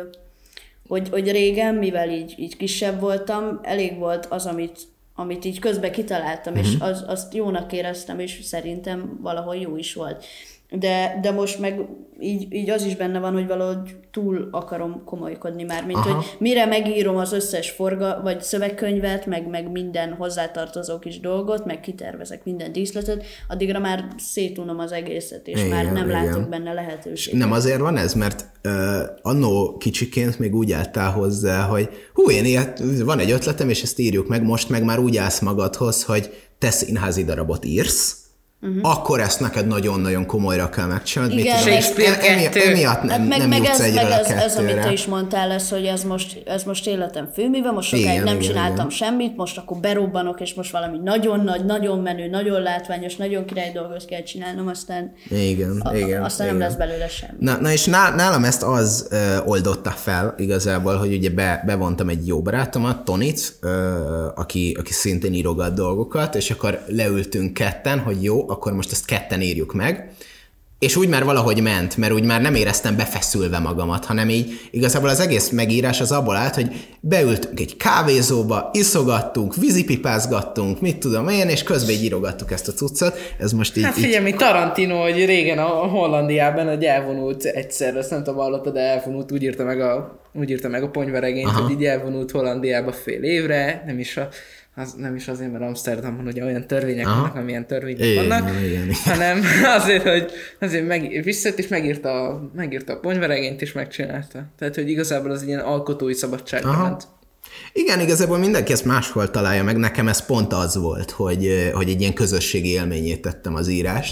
hogy régen, mivel így kisebb voltam, elég volt az, amit így közben kitaláltam, és azt jónak éreztem, és szerintem valahol jó is volt. De most meg így az is benne van, hogy valahogy túl akarom komolykodni már, mint hogy mire megírom az összes vagy szövegkönyvet, meg minden hozzátartozó kis dolgot, meg kitervezek minden díszletet, addigra már szétunom az egészet, és már nem látok benne lehetőséget. Nem azért van ez, mert annó kicsiként még úgy álltál hozzá, hogy van egy ötletem, és ezt írjuk meg, most meg már úgy állsz magadhoz, hogy te színházi darabot írsz, akkor ezt neked nagyon-nagyon komolyra kell megcsinálni. Igen, emiatt nem jutsz egyre a kettőre. Ez, amit te is mondtál, lesz, hogy ez most életem főműve, most sokáig nem csináltam semmit, most akkor berobbanok, és most valami nagyon nagy, nagyon menő, nagyon látványos, nagyon király dolgot kell csinálnom, aztán nem lesz belőle semmi. Na és nálam ezt az oldotta fel igazából, hogy ugye bevontam egy jó barátomat, Tonit, aki szintén írogat dolgokat, és akkor leültünk ketten, hogy jó, akkor most ezt ketten írjuk meg, és úgy már valahogy ment, mert úgy már nem éreztem befeszülve magamat, hanem így igazából az egész megírás az abból állt, hogy beültünk egy kávézóba, iszogattunk, vízipipázgattunk, mit tudom én, és közben így írogattuk ezt a cuccot. Ez most így... Hát figyelj, mi Tarantino, hogy régen a Hollandiában egy elvonult egyszer, azt nem tudom, hallottad, de elvonult, úgy írta meg a Ponyvaregényt, hogy így elvonult Hollandiába fél évre, nem is azért, mert Amsterdamban ugye olyan törvények vannak, amilyen törvények vannak, hanem azért, hogy visszajött és megírta a Ponyvaregényt és megcsinálta. Tehát, hogy igazából az ilyen alkotói szabadságra ment. Igen, igazából mindenki ezt máshol találja meg, nekem ez pont az volt, hogy egy ilyen közösségi élményét tettem az írást,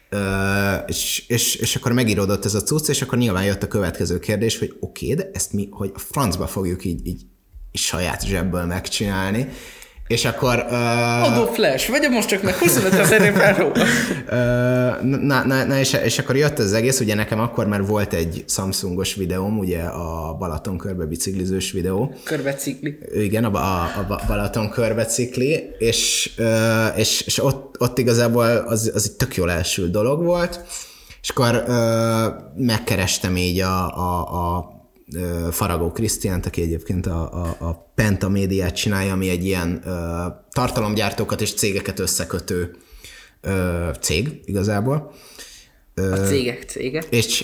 és akkor megíródott ez a cucc, és akkor nyilván jött a következő kérdés, hogy oké, de ezt mi, hogy a francba fogjuk így saját zsebből megcsinálni, és akkor... Adó Flash, vagy most csak meg 25 000 euró. És akkor jött az egész, ugye nekem akkor már volt egy Samsungos videóm, ugye a Balaton körbe biciklizős videó. Körbecikli. Igen, a Balaton körbecikli, és ott igazából az egy tök jól elsült dolog volt, és akkor megkerestem így a Faragó Krisztiánt, aki egyébként a Penta médiát csinálja, ami egy ilyen tartalomgyártókat és cégeket összekötő cég igazából. A cégek cége.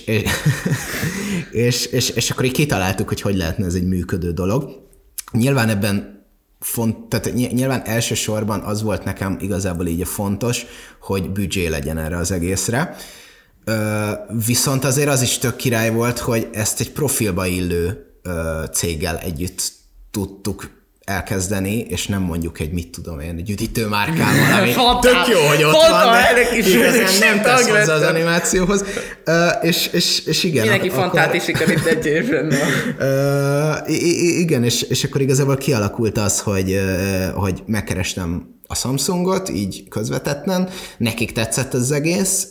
És akkor így kitaláltuk, hogy lehetne ez egy működő dolog. Nyilván ebben tehát nyilván elsősorban az volt nekem igazából így fontos, hogy büdzsé legyen erre az egészre. Viszont azért az is tök király volt, hogy ezt egy profilba illő céggel együtt tudtuk elkezdeni, és nem mondjuk egy, mit tudom én, egy üdítőmárkával, ami tök jó, hogy ott van, de igazán nem tesz hozzá az animációhoz. És igen. Mindenki fantát is sikerült egy évben. Igen, és akkor igazából kialakult az, hogy megkerestem a Samsungot, így közvetetten, nekik tetszett az egész,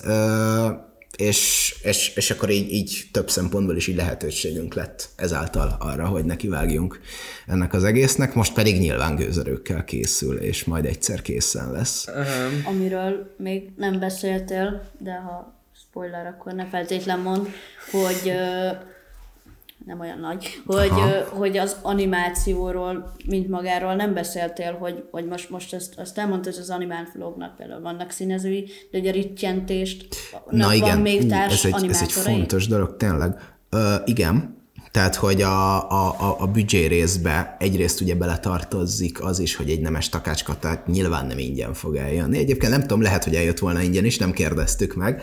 és akkor így több szempontból is így lehetőségünk lett ezáltal arra, hogy nekivágjunk ennek az egésznek, most pedig nyilván gőzerőkkel készül, és majd egyszer készen lesz. Amiről még nem beszéltél, de ha spoiler, akkor ne feltétlen mondd, hogy nem olyan nagy, hogy az animációról, mint magáról nem beszéltél, hogy most ezt elmondtad, hogy az Animal Vlognak például vannak színezői, de hogy a rittyentést van igen. Még társ animátorai. Ez egy fontos dolog, tényleg. Igen, tehát, hogy a büdzsé részbe egyrészt ugye beletartozik az is, hogy egy nemes takácskata nyilván nem ingyen fog eljönni. Egyébként nem tudom, lehet, hogy eljött volna ingyen is, nem kérdeztük meg.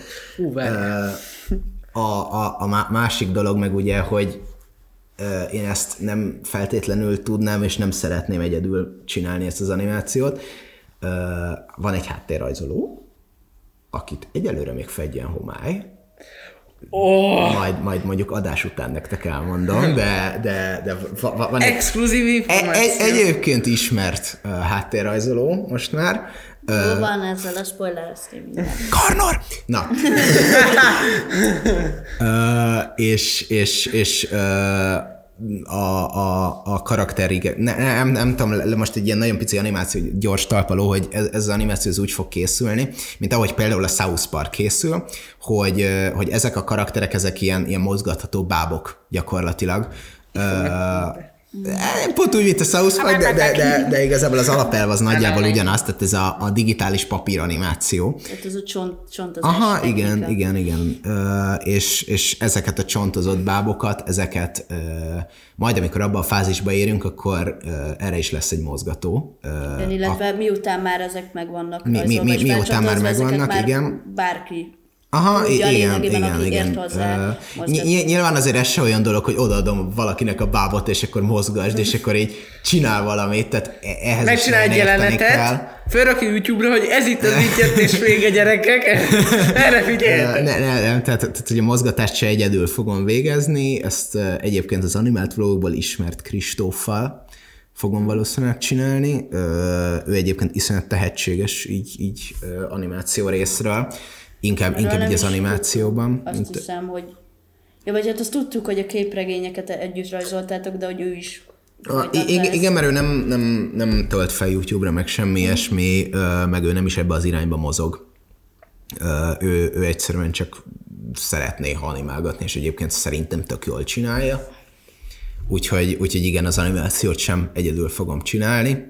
A másik dolog meg ugye, hogy én ezt nem feltétlenül tudnám, és nem szeretném egyedül csinálni ezt az animációt. Van egy háttérrajzoló, akit egyelőre még fedjen homály. Majd mondjuk adás után nektek elmondom, de van egy exkluzív információ. Egyébként ismert háttérrajzoló most már. Van ezzel a spoilereztém mindjárt. Karnor! Na. És a karakter, nem tudom, most egy ilyen nagyon pici animáció, gyors talpaló, hogy ez az animáció úgy fog készülni, mint ahogy például a South Park készül, hogy ezek a karakterek, ezek ilyen mozgatható bábok gyakorlatilag. Pont úgy, mint a South Park, de igazából az alapelv az nagyjából ugyanaz, tehát ez a digitális papíranimáció. Tehát ez a csontozás. Aha, igen. És ezeket a csontozott bábokat, ezeket majd amikor abban a fázisba érünk, akkor erre is lesz egy mozgató. Igen, illetve miután már ezek megvannak miután már megvannak, igen. Bárki. Aha, igen. Nyilván azért ez se olyan dolog, hogy odaadom valakinek a bábot, és akkor mozgasd, és akkor így csinál valamit, tehát ehhez megcsinál egy jelenetet, fölrakja YouTube-ra, hogy ez itt az ügyettés vége, gyerekek, erre figyeljetek. Nem, tehát hogy a mozgatást se egyedül fogom végezni, ezt egyébként az Animált Vlogból ismert Kristóffal fogom valószínűleg csinálni. Ő egyébként iszonyat tehetséges így animáció részről. Inkább így az animációban. Azt hiszem, hogy... Ja, vagy hát azt tudtuk, hogy a képregényeket együtt rajzoltátok, de hogy ő is... Igen, mert ő nem tölt fel YouTube-ra, meg semmi ilyesmi, meg ő nem is ebbe az irányba mozog. Ő egyszerűen csak szeretné, ha animálgatni, és egyébként szerintem tök jól csinálja. Úgyhogy igen, az animációt sem egyedül fogom csinálni.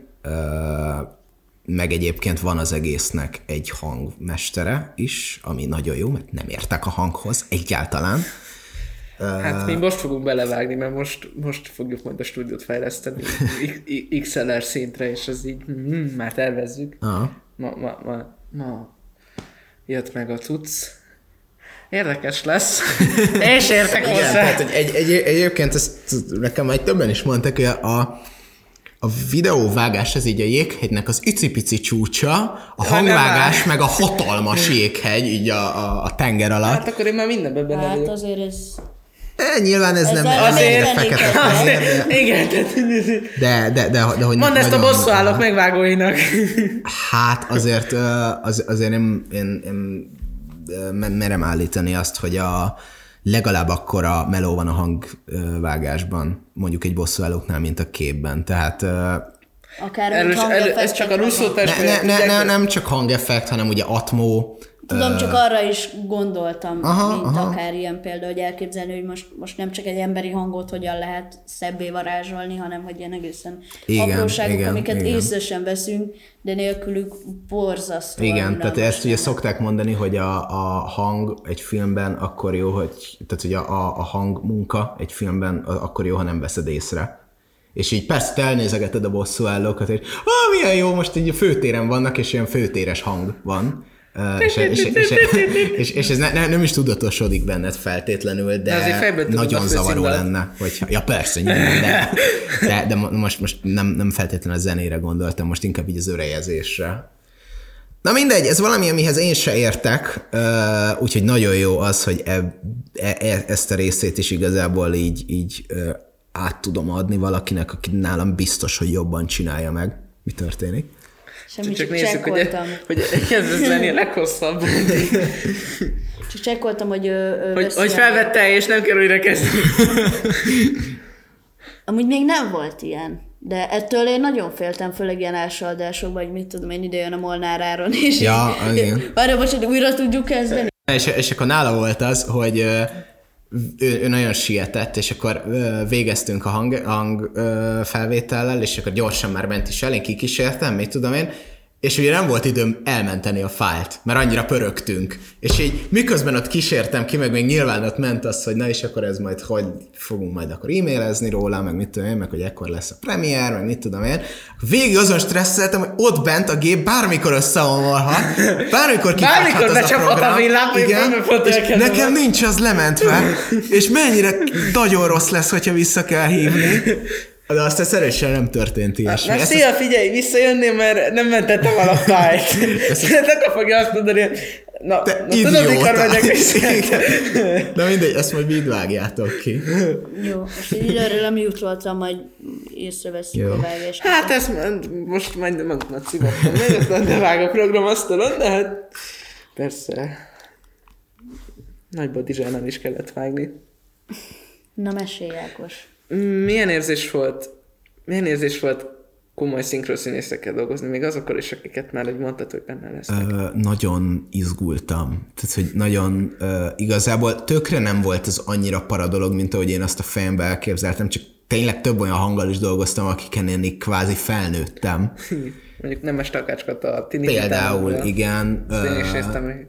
Meg egyébként van az egésznek egy hangmestere is, ami nagyon jó, mert nem értek a hanghoz egyáltalán. Hát mi most fogunk belevágni, mert most fogjuk majd a stúdiót fejleszteni XLR szintre, és az így már tervezzük. Ma jött meg a cucc. Érdekes lesz. És értek hozzá. Tehát, egyébként ezt nekem majd többen is mondtak, hogy a videóvágás, ez így a jéghegynek az icipici csúcsa, a hangvágás meg a hatalmas jéghegy így a tenger alatt. Hát akkor én már mindenben benne vagyok. Hát azért ez... Nyilván ez nem azért fekete. Igen. De hogy mondd ezt a bosszúállók megvágóinak. Hát azért én merem állítani azt, hogy legalább akkora meló van a hangvágásban, mondjuk egy bosszúállóknál, mint a képben. Tehát... ez csak a Russo testvérek. Nem csak hangeffekt, hanem ugye atmó. Tudom, csak arra is gondoltam, mint akár ilyen példa, hogy elképzelni, hogy most nem csak egy emberi hangot hogyan lehet szebbé varázsolni, hanem hogy ilyen egészen apróságok, amiket észre sem veszünk, de nélkülük borzasztó. Igen, tehát ezt ugye szokták mondani, hogy a hang egy filmben akkor jó, tehát hogy a hangmunka egy filmben akkor jó, ha nem veszed észre. És így persze te elnézegeted a bosszúállókat, hogy milyen jó, most így a főtéren vannak, és ilyen főtéres hang van. És ez nem is tudatosodik benned feltétlenül, de nagyon zavaró lenne. Ja persze, de most nem feltétlenül a zenére gondoltam, most inkább így az örejezésre. Na mindegy, ez valami, amihez én se értek, úgyhogy nagyon jó az, hogy ezt a részét is igazából így át tudom adni valakinek, aki nálam biztos, hogy jobban csinálja meg. Mi történik? Semmit, csak nézzük, hogy kezdesz lenni a leghosszabb. Csak csekkoltam, hogy felvette, és nem kell újra kezdeni. Amúgy még nem volt ilyen. De ettől én nagyon féltem, főleg ilyen első adásokban, hogy mit tudom én, ide jön a Molnár Áron, és ja, igen. Várja, bocsánat, újra tudjuk kezdeni? És akkor nála volt az, hogy ő nagyon sietett, és akkor végeztünk a hang felvétellel, és akkor gyorsan már ment is el, én kikísértem, mit tudom én, és ugye nem volt időm elmenteni a fájlt, mert annyira pörögtünk. És így miközben ott kísértem ki, meg még nyilván ott ment az, hogy na és akkor ez majd hogy fogunk majd akkor e-mailezni róla, meg mit tudom én, meg hogy ekkor lesz a premiér, meg mit tudom én. Végig azon stresszeltem, hogy ott bent a gép bármikor összeomolhat, bármikor kifoghat az a program. Igen, és nekem nincs az lementve, és mennyire nagyon rossz lesz, hogyha vissza kell hívni. De aztán szerencsére nem történt ilyesmi. Na szia, figyelj, visszajönnél, mert nem mentettem el a fájt. Akkor fogja azt mondani, hogy na tudod, mikor megyek vissza. Na mindegy, ezt majd mind vágjátok ki. Jó, most így időről nem jutoltam, majd észreveszünk a vágást. Hát ezt most majd magunknak szívottam. Még de vág a programasztalon, de hát persze Nagy Badizsánál is kellett vágni. Na mesélj, Ákos. Milyen érzés volt komoly szinkronszínészekkel dolgozni, még azokkal is, akiket már, hogy mondtad, hogy benne lesznek? Nagyon izgultam. Tehát, hogy nagyon igazából tökre nem volt az annyira para dolog, mint ahogy én azt a fejembe elképzeltem, csak tényleg több olyan hanggal is dolgoztam, akiken én kvázi felnőttem. Mondjuk Nemes Takácskat a Tini. Például, igen. Én is néztem.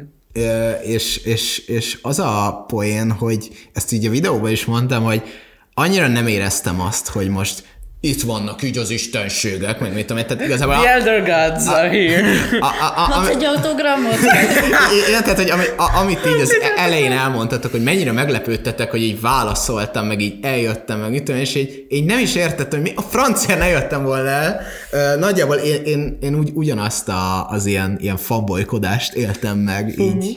És az a poén, hogy ezt így a videóban is mondtam, hogy annyira nem éreztem azt, hogy most itt vannak így az istenségek, meg mit tudom, tehát igazából... The Elder Gods are here. Adsz egy autogramot? Igen, tehát, hogy amit így az elején elmondtatok, hogy mennyire meglepődtetek, hogy így válaszoltam, meg így eljöttem, meg mit tudom, és így nem is értettem, hogy mi a francia ne jöttem volna el. Nagyjából én úgy ugyanazt az ilyen fanboykodást éltem meg,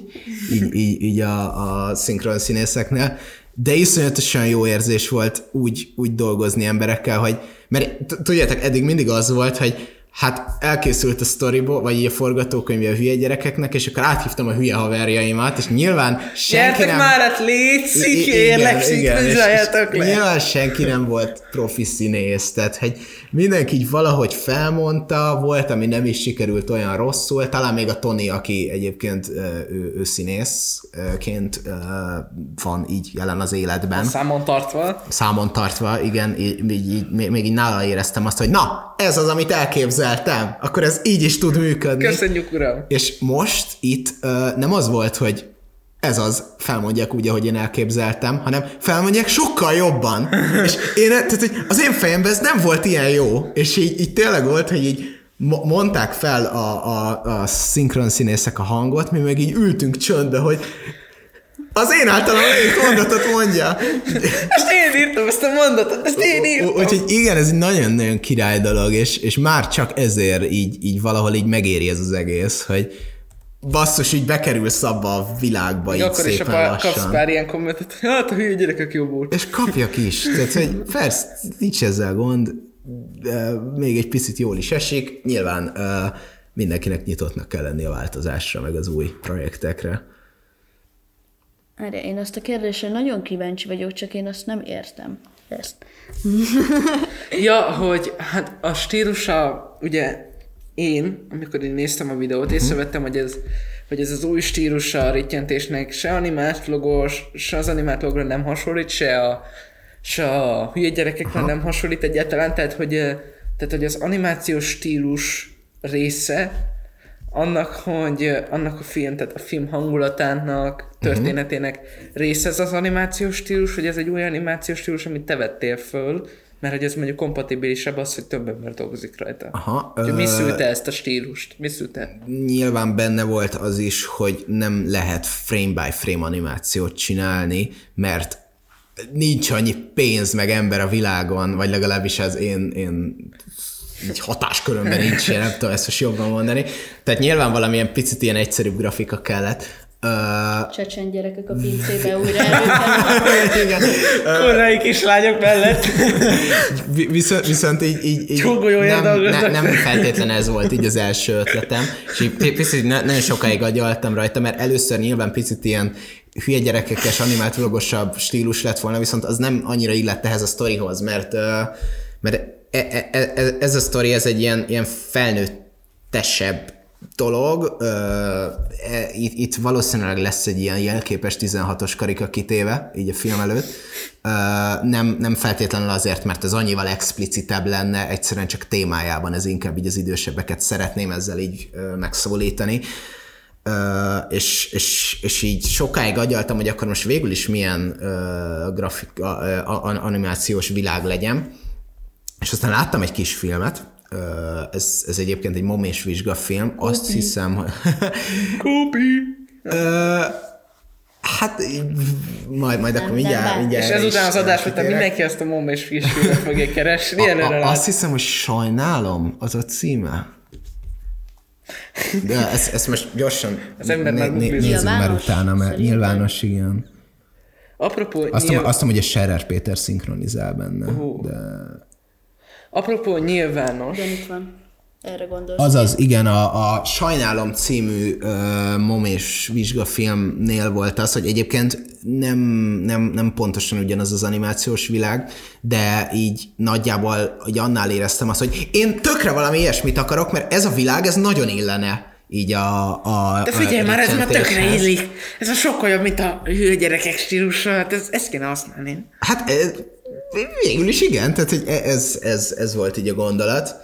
így a szinkron színészeknél. De iszonyatosan jó érzés volt úgy dolgozni emberekkel, hogy, mert tudjátok, eddig mindig az volt, hogy hát elkészült a sztoriból, vagy így a forgatókönyv a hülye gyerekeknek, és akkor áthívtam a hülye haverjaimat, és nyilván senki Gyertek nem... már, hát létszik, kérlek, szinkronizáljátok le. Nyilván senki nem volt profi színész, tehát hogy mindenki így valahogy felmondta, volt, ami nem is sikerült olyan rosszul, talán még a Tony, aki egyébként ő színészként van így jelen az életben. Számon tartva, igen, még így nála éreztem azt, hogy na, ez az, amit elképzeltem, akkor ez így is tud működni. Köszönjük, uram! És most itt nem az volt, hogy ez az, felmondják úgy, ahogy én elképzeltem, hanem felmondják sokkal jobban. És tehát, hogy az én fejemben ez nem volt ilyen jó. És így tényleg volt, hogy így mondták fel a szinkron színészek a hangot, mi meg így ültünk csöndbe, hogy az én általam egy mondatot mondja. Ezt én írtam, ezt a mondatot, ezt én írtam. Úgyhogy igen, ez egy nagyon-nagyon király dolog, és már csak ezért így valahol így megéri ez az egész, hogy basszus, így bekerülsz abba a világba, így akkor szépen lassan. Akkor is kapsz pár ilyen kommentet, hogy hát a hülye gyerekek jobb volt. És kapjak is. Tehát, hogy persze, nincs ezzel gond, még egy picit jól is esik. Nyilván mindenkinek nyitottnak kell lenni a változásra, meg az új projektekre. Erre én ezt a kérdésre nagyon kíváncsi vagyok, csak én azt nem értem. Ezt. Ja, hogy hát a stílusa, ugye én, amikor én néztem a videót, észrevettem, hogy ez az új stílusa a rittyentésnek se animált vlogos, se az animált vlogra nem hasonlít, se a hülye gyerekekre nem hasonlít egyáltalán, tehát hogy az animációs stílus része annak a film, tehát a film hangulatának, történetének része ez az animációs stílus, hogy ez egy új animációs stílus, amit te vettél föl, mert hogy ez mondjuk kompatibilisebb az, hogy több ember dolgozik rajta. Mi szülte ezt a stílust? Mi szülte? Nyilván benne volt az is, hogy nem lehet frame by frame animációt csinálni, mert nincs annyi pénz meg ember a világon, vagy legalábbis az én így hatáskörömben nincs, nem tudom ezt most jobban mondani. Tehát nyilván valamilyen picit ilyen egyszerűbb grafika kellett. Csecsen gyerekek a pincébe újra előkelnek. Korai kislányok mellett. Viszont így nem feltétlen ez volt így az első ötletem. És így picit nagyon sokáig agyaltam rajta, mert először nyilván picit ilyen hülye gyerekekes, animált vlogosabb stílus lett volna, viszont az nem annyira illett ehhez a sztorihoz, mert ez a sztori, ez egy ilyen felnőttesebb dolog, itt valószínűleg lesz egy ilyen jelképes 16-os karika kitéve, így a film előtt. Nem feltétlenül azért, mert ez annyival explicitebb lenne, egyszerűen csak témájában ez inkább így az idősebbeket szeretném ezzel így megszólítani. És így sokáig agyaltam, hogy akkor most végül is milyen animációs világ legyen. És aztán láttam egy kis filmet, ez egyébként egy momés vizsgafilm, azt hiszem, hogy... Hát majd akkor mindjárt. És ezután az adás után mindenki azt a momés vizsgafilmet fogja keresni. Azt hiszem, hogy Sajnálom, az a címe. De ezt most gyorsan nézzük már utána, mert nyilvános, igen. Apropó... Azt mondom, hogy a Scherer Péter szinkronizál benne, de... Apropó nyilvános... Igen, itt van. Erre gondolsz. Azaz, igen, a Sajnálom című momés vizsgafilmnél volt az, hogy egyébként nem pontosan ugyanaz az animációs világ, de így nagyjából hogy annál éreztem azt, hogy én tökre valami ilyesmit akarok, mert ez a világ, ez nagyon illene így De figyelj már, ez már tökre illik. Ez a sokkal jobb, mint a hülye gyerekek stílusa, hát ezt kéne használni. Hát végül is igen, tehát hogy ez volt így a gondolat.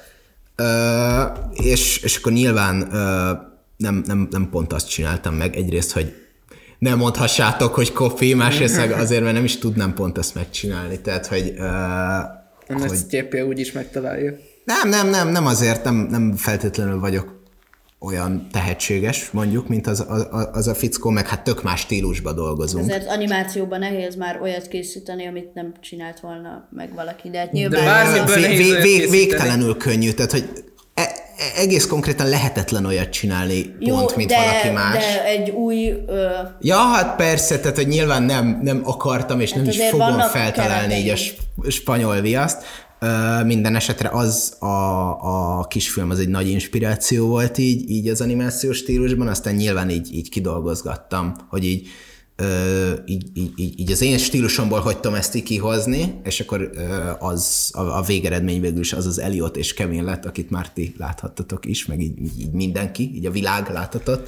És akkor nyilván nem pont azt csináltam meg, egyrészt, hogy nem mondhassátok, hogy copy, másrészt azért, mert nem is tudnám pont ezt megcsinálni, tehát, hogy... Nem ezt GPA úgyis megtalálja. Nem azért, nem feltétlenül vagyok olyan tehetséges, mondjuk, mint az a fickó, meg hát tök más stílusba dolgozunk. Ezért animációban nehéz már olyat készíteni, amit nem csinált volna meg valaki, de hát nyilván... Végtelenül könnyű, tehát hogy egész konkrétan lehetetlen olyat csinálni pont, mint valaki más. De egy új... Ja, hát persze, tehát hogy nyilván nem akartam, és nem is fogom feltalálni így a spanyol viaszt. Minden esetre az a kisfilm az egy nagy inspiráció volt így az animációs stílusban, aztán nyilván így kidolgozgattam, hogy így az én stílusomból hogy tudom ezt így kihozni, és akkor a végeredmény végül is az Elliot és Kevin lett, akit már ti láthattatok is, meg így mindenki, így a világ láthatott.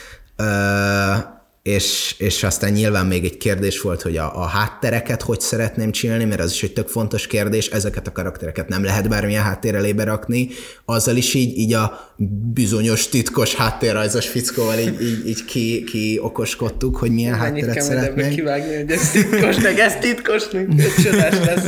És aztán nyilván még egy kérdés volt, hogy a háttereket hogy szeretném csinálni, mert az is egy tök fontos kérdés, ezeket a karaktereket nem lehet bármilyen háttér elébe rakni, azzal is így a bizonyos titkos háttérrajzos fickóval így ki okoskodtuk, hogy milyen hátteret szeretnénk. Mennyit kell kivágni, hogy ez titkos, csodás lesz.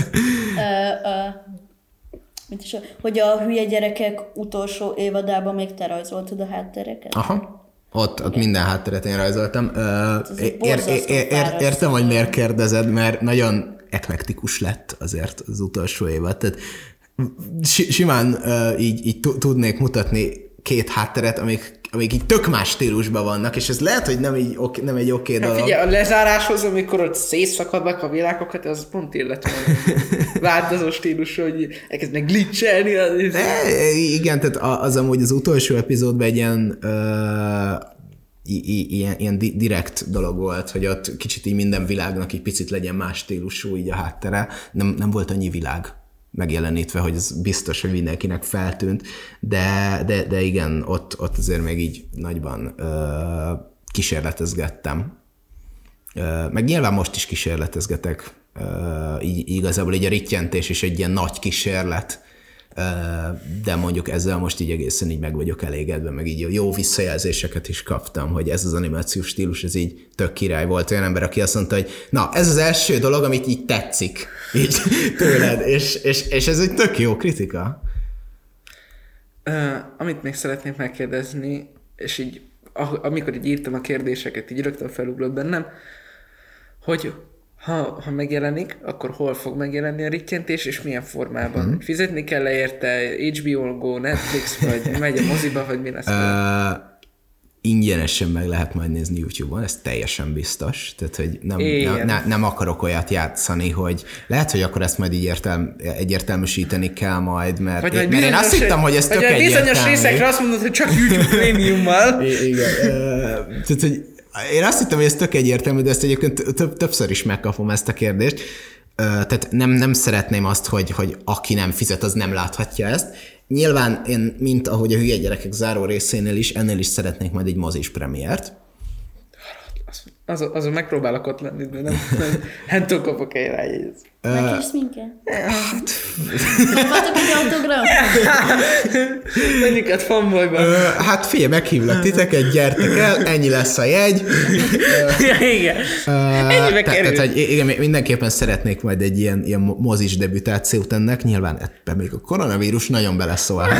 Hogy a hülye gyerekek utolsó évadában még te rajzoltad a háttereket? Aha. Ott minden hátteret én rajzoltam. Értem, hogy miért kérdezed, mert nagyon eklektikus lett azért az utolsó évad. Tehát simán így tudnék mutatni két hátteret, amik így tök más stílusban vannak, és ez lehet, hogy nem egy oké dolog. Figyelj, a lezáráshoz, amikor ott szétszakadnak a világokat, az pont illetve változó stílusú, hogy elkezdenek glitchelni. Igen, tehát az amúgy az utolsó epizódban egy ilyen direkt dolog volt, hogy ott kicsit így minden világnak egy picit legyen más stílusú így a háttere. Nem volt annyi világ megjelenítve, hogy ez biztos, hogy mindenkinek feltűnt, de igen, ott azért még így nagyban kísérletezgettem. Meg nyilván most is kísérletezgetek. Így igazából így a rittyentés is egy ilyen nagy kísérlet, de mondjuk ezzel most így egészen így meg vagyok elégedve, meg így jó visszajelzéseket is kaptam, hogy ez az animációs stílus, ez így tök király volt. Olyan ember, aki azt mondta, hogy na, ez az első dolog, amit így tetszik így tőled, és ez egy tök jó kritika. Amit még szeretnék megkérdezni, és így amikor így írtam a kérdéseket, így rögtön felugrott bennem, hogy ha megjelenik, akkor hol fog megjelenni a rittyentés, és milyen formában? Fizetni kell érte, HBO Go, Netflix, vagy megy a moziba, vagy mi lesz? Ingyenesen meg lehet majd nézni YouTube-on, ez teljesen biztos. Tehát, hogy nem akarok olyat játszani, hogy lehet, hogy akkor ezt majd így egyértelműsíteni kell majd, mert én azt hittem, hogy ez tök egyértelmű. Vagy bizonyos részekre azt mondod, hogy csak YouTube Premium-mal. Igen. Tehát, hogy én azt hittem, hogy ez tök egyértelmű, de ezt egyébként többször is megkapom ezt a kérdést. Tehát nem szeretném azt, hogy aki nem fizet, az nem láthatja ezt. nyilván én, mint ahogy a Hülye gyerekek záró részénél is, ennél is szeretnék majd egy mozis premiért. Azon megpróbálok ott lenni, de nem hentől kapok egy rájegyet. Megkérsz minket? Kaphatok egy autogram? Mennyiket fanbolyban? Hát figyelj, meghívlak titeket, gyertek el, ennyi lesz a jegy. Igen. Ennyibe kerül. Tehát, igen, mindenképpen szeretnék majd egy ilyen mozis debütációt ennek, nyilván ebben még a koronavírus nagyon beleszólhat.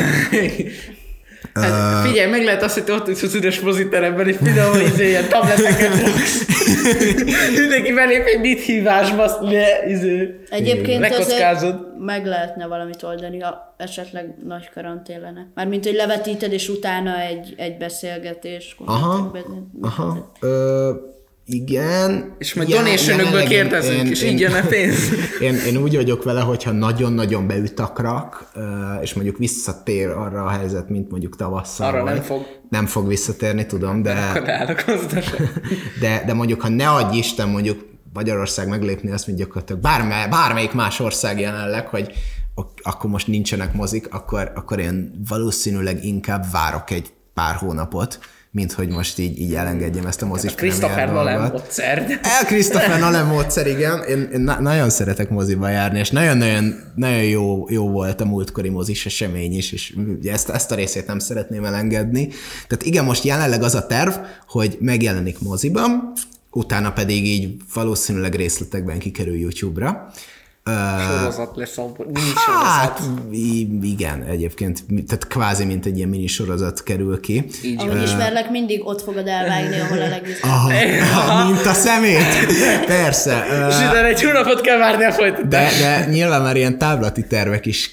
Hát figyelj, meg lehet azt, hogy te ott az üres moziteremben, és mindenhol ilyen tableteket raksz. Mindenki belép egy mit hívásba, azt egyébként azért meg lehetne valamit oldani, ha esetleg nagy karantén lenne. Mármint, hogy levetíted, és utána egy beszélgetés. Aha. Igen. És majd donation-ökből kérdezünk, és így jön a pénz. Én úgy vagyok vele, hogyha nagyon-nagyon beütakrak, és mondjuk visszatér arra a helyzet, mint mondjuk tavasszal. Arra nem fog visszatérni, tudom, de... de mondjuk, ha ne adj Isten, mondjuk Magyarország meglépni azt, mint gyakorlatilag bármelyik más ország jelenleg, hogy akkor most nincsenek mozik, akkor én valószínűleg inkább várok egy pár hónapot, mint hogy most így elengedjem ezt a mozis Christopher Nolan módszer. Christopher Nolan módszer, igen. Én nagyon szeretek moziba járni, és nagyon jó volt a múltkori mozis esemény is, és ezt a részét nem szeretném elengedni. Tehát igen, most jelenleg az a terv, hogy megjelenik moziban, utána pedig így valószínűleg részletekben kikerül YouTube-ra. Sorozat lesz, hát igen, egyébként, tehát kvázi mint egy ilyen minisorozat kerül ki. Ahogy ismerlek, mindig ott fogod elvágni, ahol a legizgalmasabb. Mint a szemét? Persze. És utána egy hónapot kell várni a folytatást. De nyilván már ilyen távlati tervek is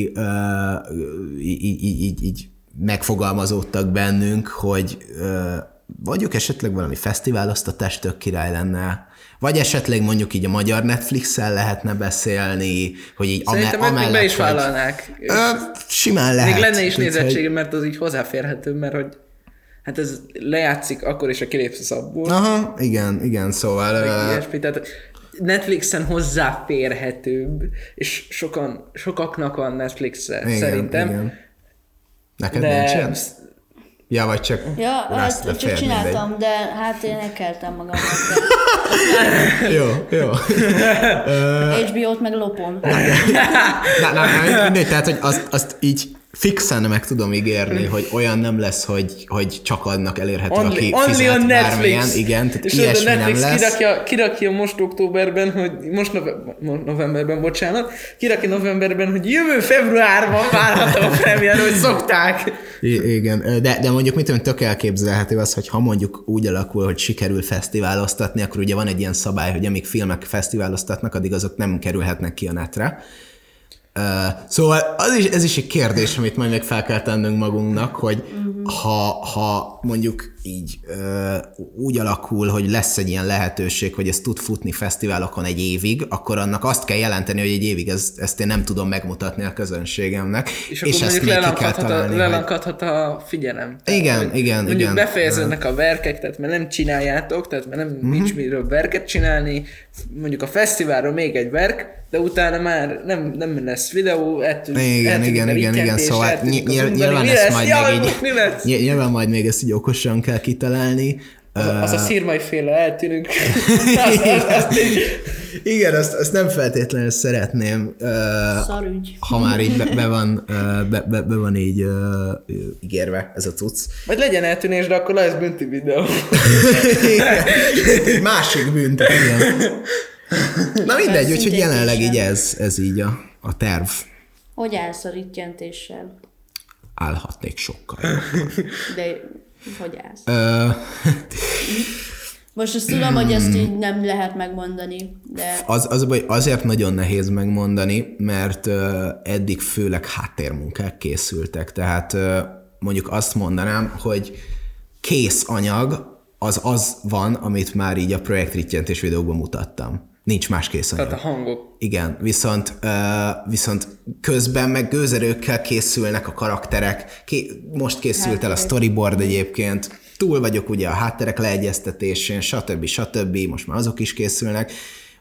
így megfogalmazódtak bennünk, hogy mondjuk esetleg valami fesztiválosztatás tök király lenne, vagy esetleg mondjuk így a magyar Netflix-el lehetne beszélni, hogy így szerintem amellett, be is vállalnák. Simán lehet. Még lenne is nézettsége, mert az így hozzáférhető, mert hogy hát ez lejátszik akkor is, a kilépsz a szabból. Aha, igen, szóval... Ilyesmi, tehát Netflixen hozzáférhetőbb, és sokaknak van Netflix-e szerintem. Igen. Neked nincsen? Ja, vagy csak... Ja, hát csak csináltam, mindegy. De hát én elkeltem magamnak. Jó. HBO-t meg lopom. Mindegy, tehát, hogy azt így fixen meg tudom ígérni, hogy olyan nem lesz, hogy csak annak elérhető, aki fizet bármilyen. Igen, tehát és ilyesmi Netflix nem lesz. kirakja most októberben, hogy most novemberben, bocsánat, kirakja novemberben, hogy jövő februárban várható a premier, hogy szokták. Igen, de mondjuk mit tudom, tök elképzelhető az, hogy ha mondjuk úgy alakul, hogy sikerül fesztiváloztatni, akkor ugye van egy ilyen szabály, hogy amíg filmek fesztiváloztatnak, addig azok nem kerülhetnek ki a netre. Szóval ez is egy kérdés, amit majd meg fel kell tennünk magunknak, hogy ha mondjuk így úgy alakul, hogy lesz egy ilyen lehetőség, hogy ez tud futni fesztiválokon egy évig, akkor annak azt kell jelenteni, hogy egy évig ezt én nem tudom megmutatni a közönségemnek. És ezt még ki kell találni. Lelankadhat a figyelem. Igen. Mondjuk befejeződnek a verkek, tehát mert nem csináljátok, tehát mert nem nincs miről verket csinálni, mondjuk a fesztiválról még egy verk, de utána már nem lesz videó, igen, szóval nyilván majd még ezt így okosan kell kitalálni. Az a szirmai féle eltűnünk. Igen, azt nem feltétlenül szeretném. Szarügy. Ha már így be van így ígérve ez a cucc. Vagy legyen eltűnés, de akkor lesz bünti videó. Másik bünti, igen. Na mindegy, úgyhogy jelenleg így ez így a terv. Hogy állsz a rittyentéssel? Állhatnék sokkal. De hogy állsz? Most azt tudom, hogy ezt így nem lehet megmondani, de... Azért nagyon nehéz megmondani, mert eddig főleg háttérmunkák készültek. Tehát mondjuk azt mondanám, hogy kész anyag az van, amit már így a projekt rittyentés videókban mutattam. Nincs más kész anyag. Tehát a hangok. Igen, viszont közben meg gőzerőkkel készülnek a karakterek. Most készült el a storyboard egyébként. Túl vagyok ugye a hátterek leegyeztetésén, stb. Most már azok is készülnek.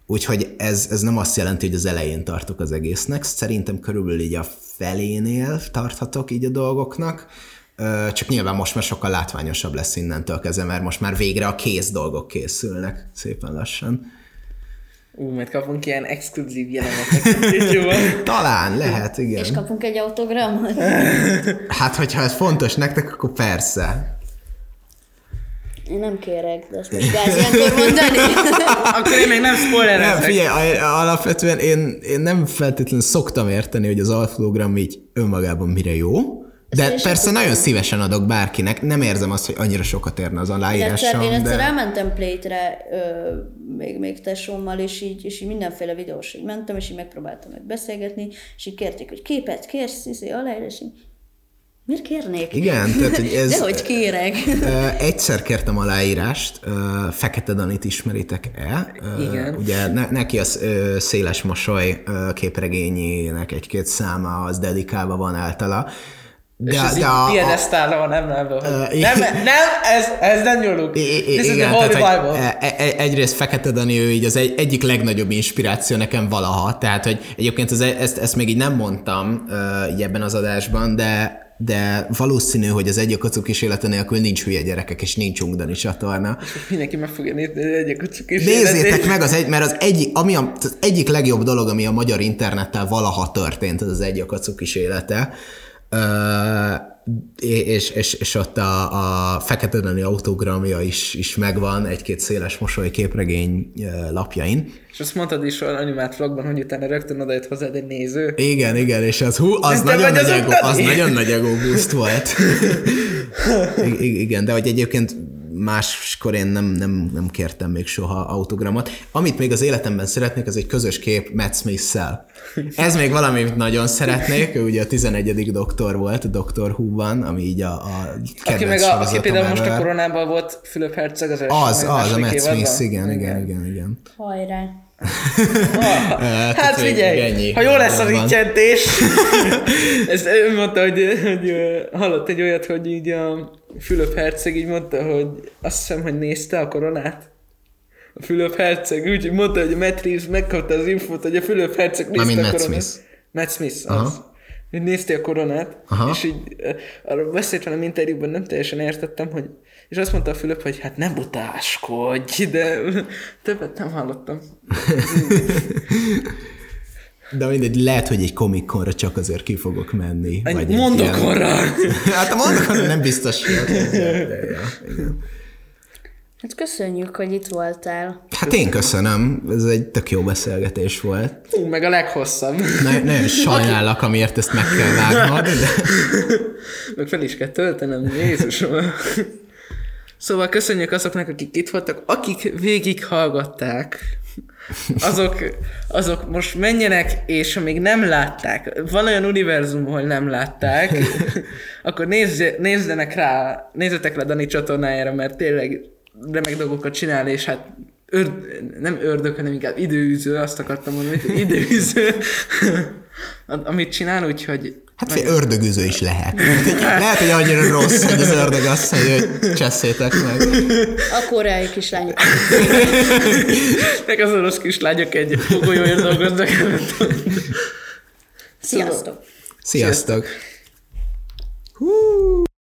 Úgyhogy ez nem azt jelenti, hogy az elején tartok az egésznek, szerintem körülbelül így a felénél tarthatok így a dolgoknak, csak nyilván most már sokkal látványosabb lesz innentől kezdve, mert most már végre a kész dolgok készülnek szépen lassan. Mert kapunk ilyen exkluzív jeleneteket. Talán, lehet, igen. És kapunk egy autogramot? Hát, hogyha ez fontos nektek, akkor persze. Én nem kérek, de ezt most gáz ilyenkor mondani. Akkor én még nem spoilerezek. Nem, figyelj, alapvetően én nem feltétlenül szoktam érteni, hogy az autogram így önmagában mire jó, de persze nagyon szívesen adok bárkinek, nem érzem azt, hogy annyira sokat érne az aláírásom. Én egyszer elmentem Plate-re még tesómmal, és így mindenféle videós, így mentem, és így megpróbáltam meg beszélgetni, és így kérték, hogy képet kérsz, aláírás, miért kérnék? Igen, tehát hogy ez... Dehogy kérek. Egyszer kértem aláírást, Fekete Danit ismeritek-e? Igen. Ugye neki az Széles Mosoly képregényének egy-két száma az dedikálva van általa. És ez így piedesztálra van emelve. Ez nem nyúlunk. This is the Holy Bible. Egyrészt Fekete Dani, ő így az egyik legnagyobb inspiráció nekem valaha, tehát hogy egyébként ezt még így nem mondtam így ebben az adásban, de valószínű, hogy az Egy Akacú kísérlete nélkül nincs Hülye gyerekek, és nincs Ungdani csatorna. Mindenki meg fogja nézni az Egy Akacú kísérletét. Nézzétek meg, mert az egyik legjobb dolog, ami a magyar internettel valaha történt, az Egy Akacú kísérlete. És ott a Fekete Dani autogramja is megvan egy-két Széles Mosoly képregény lapjain. És azt mondtad is olyan animált vlogban, hogy utána rögtön odajött hozzád egy néző. Igen, és az nagyon nagy ego boost volt. Igen, de hogy egyébként máskor én nem kértem még soha autogramot. Amit még az életemben szeretnék, az egy közös kép Matt Smith-szel. Ez még valamit nagyon szeretnék, ő ugye a 11. doktor volt, a Doctor Who-ban, ami így a kedvenc sorozatom. Aki például most a koronában volt, Fülöp Herceg az első. Az a Matt Smith, igen. Hajrá. Hát figyelj, ha jó lesz a ricsentés, ezt ő mondta, hogy hallott egy olyat, hogy így a Fülöp Herceg így mondta, hogy azt hiszem, hogy nézte a koronát. A Fülöp Herceg úgy mondta, hogy a Matt Reeves megkapta az infót, hogy a Fülöp Herceg nézte a koronát. Matt Smith, az. Hogy nézte a koronát, és így arra beszélt velem interjúban, nem teljesen értettem, hogy és azt mondta a Fülöp, hogy hát nem butáskodj, de többet nem hallottam. De mindegy, lehet, hogy egy Comic-Conra csak azért ki fogok menni. Egy Mondokonra! Hát a Mondokonra nem biztos. Hát köszönjük, hogy itt voltál. Hát én köszönöm, ez egy tök jó beszélgetés volt. Meg a leghosszabb. Nagyon sajnálok, amiért ezt meg kell vágnod. De... Meg fel is kell töltenem, Jézusom. Szóval köszönjük azoknak, akik itt voltak, akik végighallgatták. Azok most menjenek, és ha még nem látták, van olyan univerzum, ahol nem látták, akkor nézzetek rá Dani csatornájára, mert tényleg remek dolgokat csinál, és hát nem ördög, hanem inkább időűző, azt akartam mondani, hogy időűző, amit csinál, úgyhogy... Hát ördögűző is lehet. Lehet, hogy annyira rossz, hogy az ördög azt mondja, hogy csesszétek meg. A koreai kislányok. Meg az orosz kislányok egy fogolyóért dolgoznak. Sziasztok! Sziasztok!